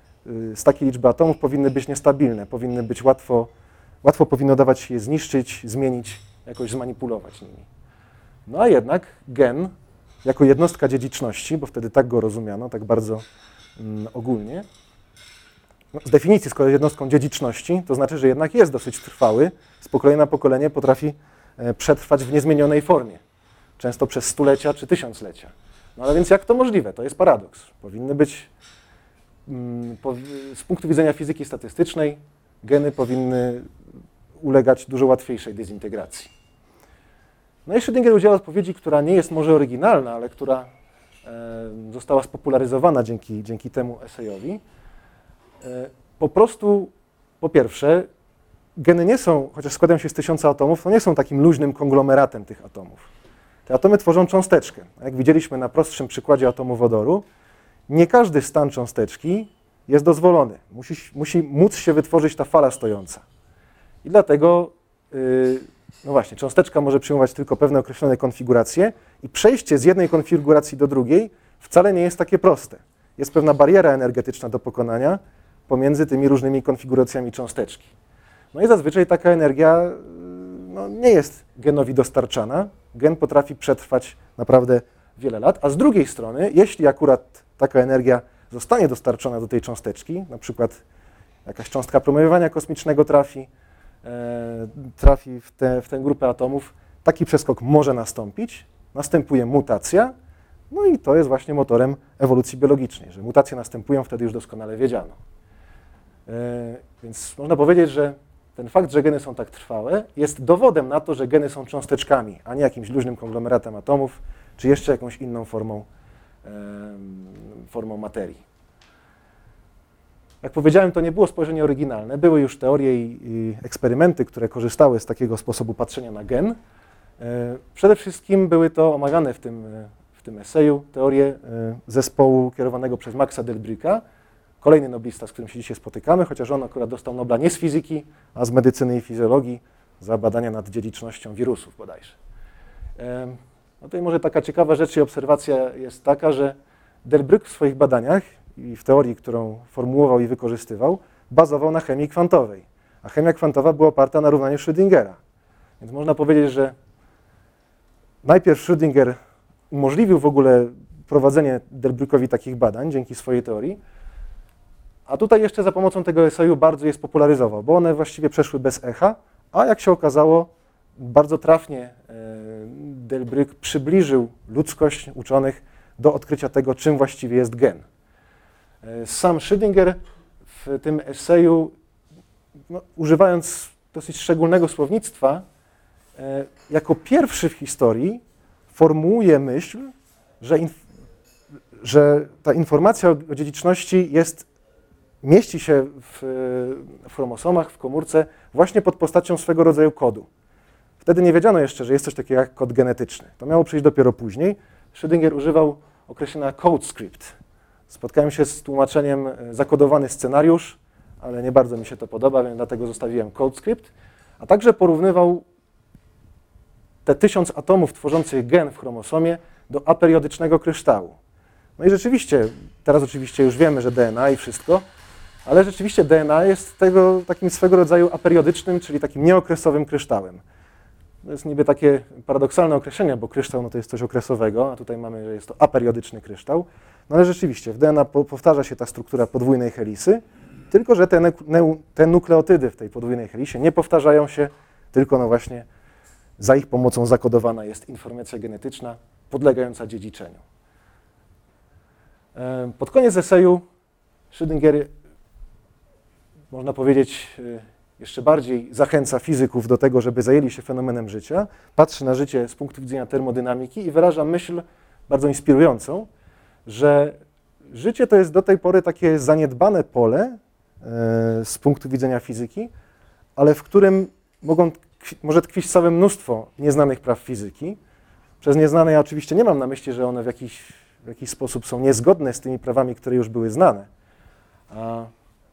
z takiej liczby atomów powinny być niestabilne, powinny być łatwo, łatwo powinno dawać się je zniszczyć, zmienić, jakoś zmanipulować nimi. No a jednak gen, jako jednostka dziedziczności, bo wtedy tak go rozumiano, tak bardzo mm, ogólnie, no, z definicji, skoro jest jednostką dziedziczności, to znaczy, że jednak jest dosyć trwały, z pokolenia na pokolenie potrafi e, przetrwać w niezmienionej formie, często przez stulecia czy tysiąclecia. No ale więc jak to możliwe? To jest paradoks. Powinny być, mm, po, z punktu widzenia fizyki statystycznej, geny powinny ulegać dużo łatwiejszej dezintegracji. No i Schrödinger udziela odpowiedzi, która nie jest może oryginalna, ale która e, została spopularyzowana dzięki, dzięki temu esejowi. E, po prostu, po pierwsze, geny nie są, chociaż składają się z tysiąca atomów, to nie są takim luźnym konglomeratem tych atomów. Te atomy tworzą cząsteczkę. Jak widzieliśmy na prostszym przykładzie atomu wodoru, nie każdy stan cząsteczki jest dozwolony. Musi, musi móc się wytworzyć ta fala stojąca. I dlatego, yy, no właśnie, cząsteczka może przyjmować tylko pewne określone konfiguracje i przejście z jednej konfiguracji do drugiej wcale nie jest takie proste. Jest pewna bariera energetyczna do pokonania pomiędzy tymi różnymi konfiguracjami cząsteczki. No i zazwyczaj taka energia no, nie jest genowi dostarczana. Gen potrafi przetrwać naprawdę wiele lat, a z drugiej strony, jeśli akurat taka energia zostanie dostarczona do tej cząsteczki, na przykład jakaś cząstka promieniowania kosmicznego trafi, e, trafi w, te, w tę grupę atomów, taki przeskok może nastąpić, następuje mutacja, no i to jest właśnie motorem ewolucji biologicznej, że mutacje następują, wtedy już doskonale wiedziano. E, więc można powiedzieć, że ten fakt, że geny są tak trwałe, jest dowodem na to, że geny są cząsteczkami, a nie jakimś luźnym konglomeratem atomów, czy jeszcze jakąś inną formą, e, formą materii. Jak powiedziałem, to nie było spojrzenie oryginalne. Były już teorie i, i eksperymenty, które korzystały z takiego sposobu patrzenia na gen. E, przede wszystkim były to omawiane w tym, w tym eseju teorie e, zespołu kierowanego przez Maxa Delbrücka, kolejny noblista, z którym się dzisiaj spotykamy, chociaż on akurat dostał Nobla nie z fizyki, a z medycyny i fizjologii za badania nad dziedzicznością wirusów bodajże. No tutaj może taka ciekawa rzecz i obserwacja jest taka, że Delbrück w swoich badaniach i w teorii, którą formułował i wykorzystywał, bazował na chemii kwantowej, a chemia kwantowa była oparta na równaniu Schrödingera. Więc można powiedzieć, że najpierw Schrödinger umożliwił w ogóle prowadzenie Delbrückowi takich badań dzięki swojej teorii, a tutaj jeszcze za pomocą tego eseju bardzo je spopularyzował, bo one właściwie przeszły bez echa, a jak się okazało, bardzo trafnie Delbrück przybliżył ludzkość, uczonych do odkrycia tego, czym właściwie jest gen. Sam Schrödinger w tym eseju, no, używając dosyć szczególnego słownictwa, jako pierwszy w historii formułuje myśl, że, inf że ta informacja o dziedziczności jest mieści się w, w chromosomach, w komórce, właśnie pod postacią swego rodzaju kodu. Wtedy nie wiedziano jeszcze, że jest coś takiego jak kod genetyczny. To miało przyjść dopiero później. Schrödinger używał określenia code script. Spotkałem się z tłumaczeniem zakodowany scenariusz, ale nie bardzo mi się to podoba, więc dlatego zostawiłem code script. A także porównywał te tysiąc atomów tworzących gen w chromosomie do aperiodycznego kryształu. No i rzeczywiście, teraz oczywiście już wiemy, że D N A i wszystko, ale rzeczywiście D N A jest tego takim swego rodzaju aperiodycznym, czyli takim nieokresowym kryształem. To jest niby takie paradoksalne określenie, bo kryształ no to jest coś okresowego, a tutaj mamy, że jest to aperiodyczny kryształ. No ale rzeczywiście w D N A po, powtarza się ta struktura podwójnej helisy, tylko że te, ne, te nukleotydy w tej podwójnej helisie nie powtarzają się, tylko no właśnie za ich pomocą zakodowana jest informacja genetyczna podlegająca dziedziczeniu. Pod koniec eseju Schrödinger, można powiedzieć, jeszcze bardziej zachęca fizyków do tego, żeby zajęli się fenomenem życia, patrzy na życie z punktu widzenia termodynamiki i wyraża myśl bardzo inspirującą, że życie to jest do tej pory takie zaniedbane pole z punktu widzenia fizyki, ale w którym mogą, może tkwić całe mnóstwo nieznanych praw fizyki. Przez nieznane ja oczywiście nie mam na myśli, że one w jakiś, w jakiś sposób są niezgodne z tymi prawami, które już były znane. A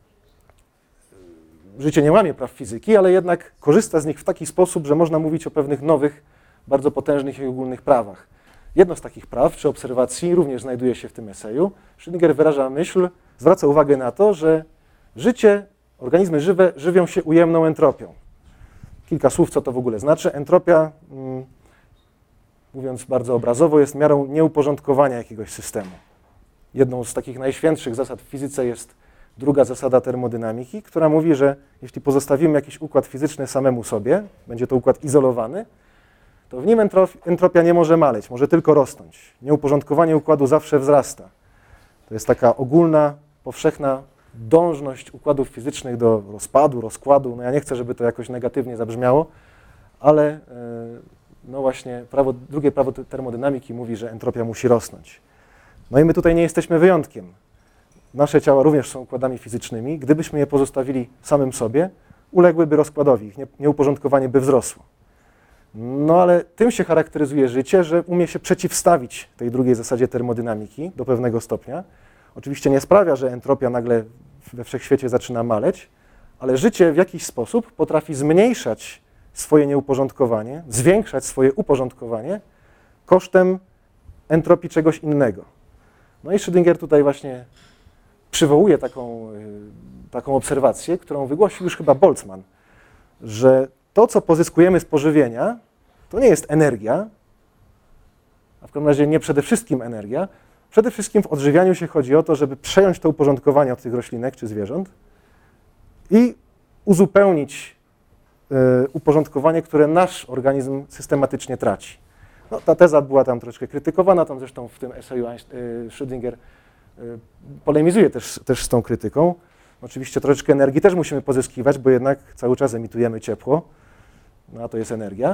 życie nie łamie praw fizyki, ale jednak korzysta z nich w taki sposób, że można mówić o pewnych nowych, bardzo potężnych i ogólnych prawach. Jedno z takich praw czy obserwacji również znajduje się w tym eseju. Schrödinger wyraża myśl, zwraca uwagę na to, że życie, organizmy żywe żywią się ujemną entropią. Kilka słów, co to w ogóle znaczy. Entropia, mm, mówiąc bardzo obrazowo, jest miarą nieuporządkowania jakiegoś systemu. Jedną z takich najświętszych zasad w fizyce jest druga zasada termodynamiki, która mówi, że jeśli pozostawimy jakiś układ fizyczny samemu sobie, będzie to układ izolowany, to w nim entropia nie może maleć, może tylko rosnąć. Nieuporządkowanie układu zawsze wzrasta. To jest taka ogólna, powszechna dążność układów fizycznych do rozpadu, rozkładu. No ja nie chcę, żeby to jakoś negatywnie zabrzmiało, ale no właśnie prawo, drugie prawo termodynamiki mówi, że entropia musi rosnąć. No i my tutaj nie jesteśmy wyjątkiem. Nasze ciała również są układami fizycznymi. Gdybyśmy je pozostawili samym sobie, uległyby rozkładowi, ich nieuporządkowanie by wzrosło. No ale tym się charakteryzuje życie, że umie się przeciwstawić tej drugiej zasadzie termodynamiki do pewnego stopnia. Oczywiście nie sprawia, że entropia nagle we wszechświecie zaczyna maleć, ale życie w jakiś sposób potrafi zmniejszać swoje nieuporządkowanie, zwiększać swoje uporządkowanie kosztem entropii czegoś innego. No i Schrödinger tutaj właśnie przywołuje taką, taką obserwację, którą wygłosił już chyba Boltzmann, że to, co pozyskujemy z pożywienia, to nie jest energia, a w każdym razie nie przede wszystkim energia. Przede wszystkim w odżywianiu się chodzi o to, żeby przejąć to uporządkowanie od tych roślinek czy zwierząt i uzupełnić y, uporządkowanie, które nasz organizm systematycznie traci. No, ta teza była tam troszkę krytykowana, tam zresztą w tym eseju y, Schrödinger y, polemizuje też, też z tą krytyką. Oczywiście troszeczkę energii też musimy pozyskiwać, bo jednak cały czas emitujemy ciepło, no a to jest energia.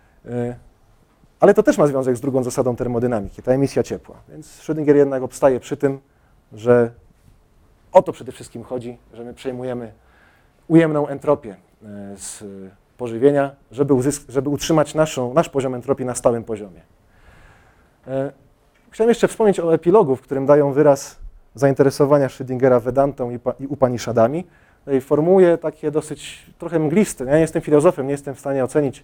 Ale to też ma związek z drugą zasadą termodynamiki, ta emisja ciepła. Więc Schrödinger jednak obstaje przy tym, że o to przede wszystkim chodzi, że my przejmujemy ujemną entropię z pożywienia, żeby, uzysk- żeby utrzymać naszą, nasz poziom entropii na stałym poziomie. Chciałem jeszcze wspomnieć o epilogu, w którym dają wyraz zainteresowania Schrödingera Vedantą i, i Upanishadami. I formułuje takie dosyć trochę mgliste. Ja nie jestem filozofem, nie jestem w stanie ocenić,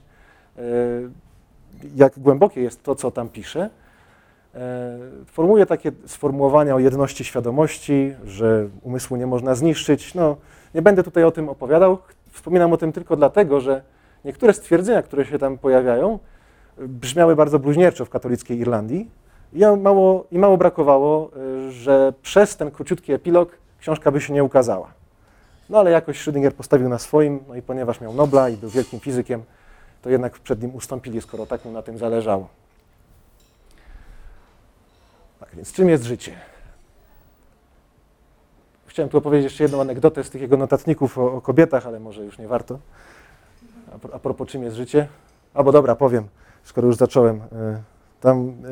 jak głębokie jest to, co tam pisze. Formułuje takie sformułowania o jedności świadomości, że umysłu nie można zniszczyć. No, nie będę tutaj o tym opowiadał. Wspominam o tym tylko dlatego, że niektóre stwierdzenia, które się tam pojawiają, brzmiały bardzo bluźnierczo w katolickiej Irlandii. I mało, i mało brakowało, że przez ten króciutki epilog książka by się nie ukazała. No ale jakoś Schrödinger postawił na swoim, no i ponieważ miał Nobla i był wielkim fizykiem, to jednak przed nim ustąpili, skoro tak mu na tym zależało. Tak więc czym jest życie? Chciałem tu opowiedzieć jeszcze jedną anegdotę z tych jego notatników o, o kobietach, ale może już nie warto. A, a propos czym jest życie? Albo dobra, powiem, skoro już zacząłem. Tam y,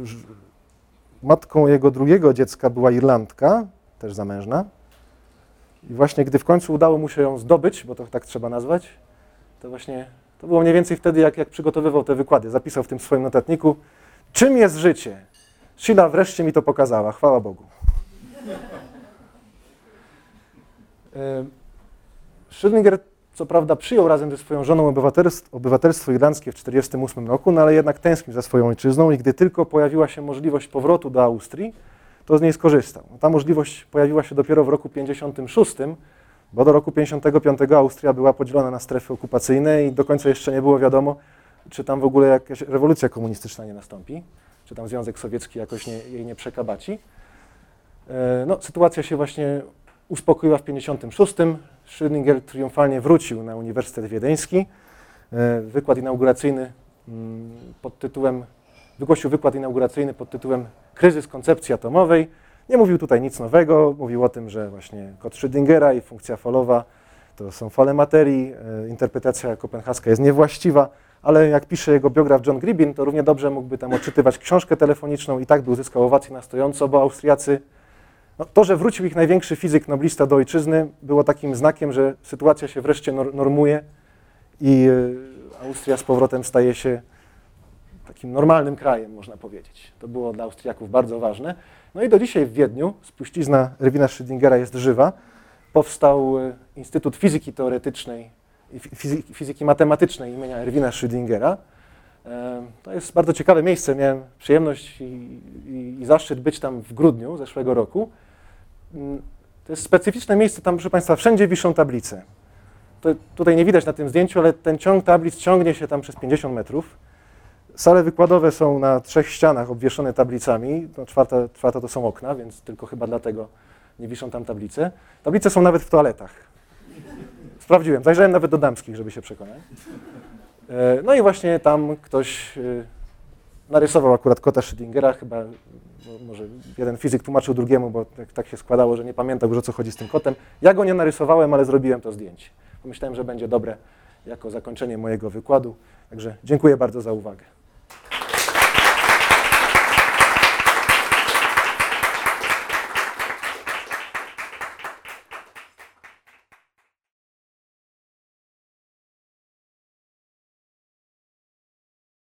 matką jego drugiego dziecka była Irlandka, też zamężna. I właśnie gdy w końcu udało mu się ją zdobyć, bo to tak trzeba nazwać, to właśnie to było mniej więcej wtedy, jak, jak przygotowywał te wykłady. Zapisał w tym swoim notatniku, czym jest życie? Sheila wreszcie mi to pokazała, chwała Bogu. Schrödinger co prawda przyjął razem ze swoją żoną obywatelstwo, obywatelstwo irlandzkie w tysiąc dziewięćset czterdziestym ósmym roku, no ale jednak tęsknił za swoją ojczyzną i gdy tylko pojawiła się możliwość powrotu do Austrii, to z niej skorzystał. Ta możliwość pojawiła się dopiero w roku pięćdziesiątym szóstym, bo do roku pięćdziesiątego piątego Austria była podzielona na strefy okupacyjne i do końca jeszcze nie było wiadomo, czy tam w ogóle jakaś rewolucja komunistyczna nie nastąpi, czy tam Związek Sowiecki jakoś nie, jej nie przekabaci. No, sytuacja się właśnie uspokoiła w pięćdziesiątym szóstym. Schrödinger triumfalnie wrócił na Uniwersytet Wiedeński. Wykład inauguracyjny pod tytułem, wygłosił wykład inauguracyjny pod tytułem Kryzys koncepcji atomowej. Nie mówił tutaj nic nowego, mówił o tym, że właśnie kod Schrödingera i funkcja falowa to są fale materii, interpretacja kopenhaska jest niewłaściwa, ale jak pisze jego biograf John Gribbin, to równie dobrze mógłby tam odczytywać książkę telefoniczną i tak by uzyskał owację na stojąco, bo Austriacy, no, to, że wrócił ich największy fizyk noblista do ojczyzny, było takim znakiem, że sytuacja się wreszcie normuje i Austria z powrotem staje się takim normalnym krajem, można powiedzieć. To było dla Austriaków bardzo ważne. No i do dzisiaj w Wiedniu spuścizna Erwina Schrödingera jest żywa. Powstał Instytut Fizyki Teoretycznej i Fizyki Matematycznej imienia Erwina Schrödingera. To jest bardzo ciekawe miejsce. Miałem przyjemność i, i, i zaszczyt być tam w grudniu zeszłego roku. To jest specyficzne miejsce, tam proszę Państwa, wszędzie wiszą tablice. To tutaj nie widać na tym zdjęciu, ale ten ciąg tablic ciągnie się tam przez pięćdziesiąt metrów. Sale wykładowe są na trzech ścianach obwieszone tablicami. No, czwarta, czwarta to są okna, więc tylko chyba dlatego nie wiszą tam tablice. Tablice są nawet w toaletach. Sprawdziłem, zajrzałem nawet do damskich, żeby się przekonać. No i właśnie tam ktoś narysował akurat kota Schrödingera, chyba może jeden fizyk tłumaczył drugiemu, bo tak, tak się składało, że nie pamiętał już, o co chodzi z tym kotem. Ja go nie narysowałem, ale zrobiłem to zdjęcie. Pomyślałem, że będzie dobre jako zakończenie mojego wykładu. Także dziękuję bardzo za uwagę.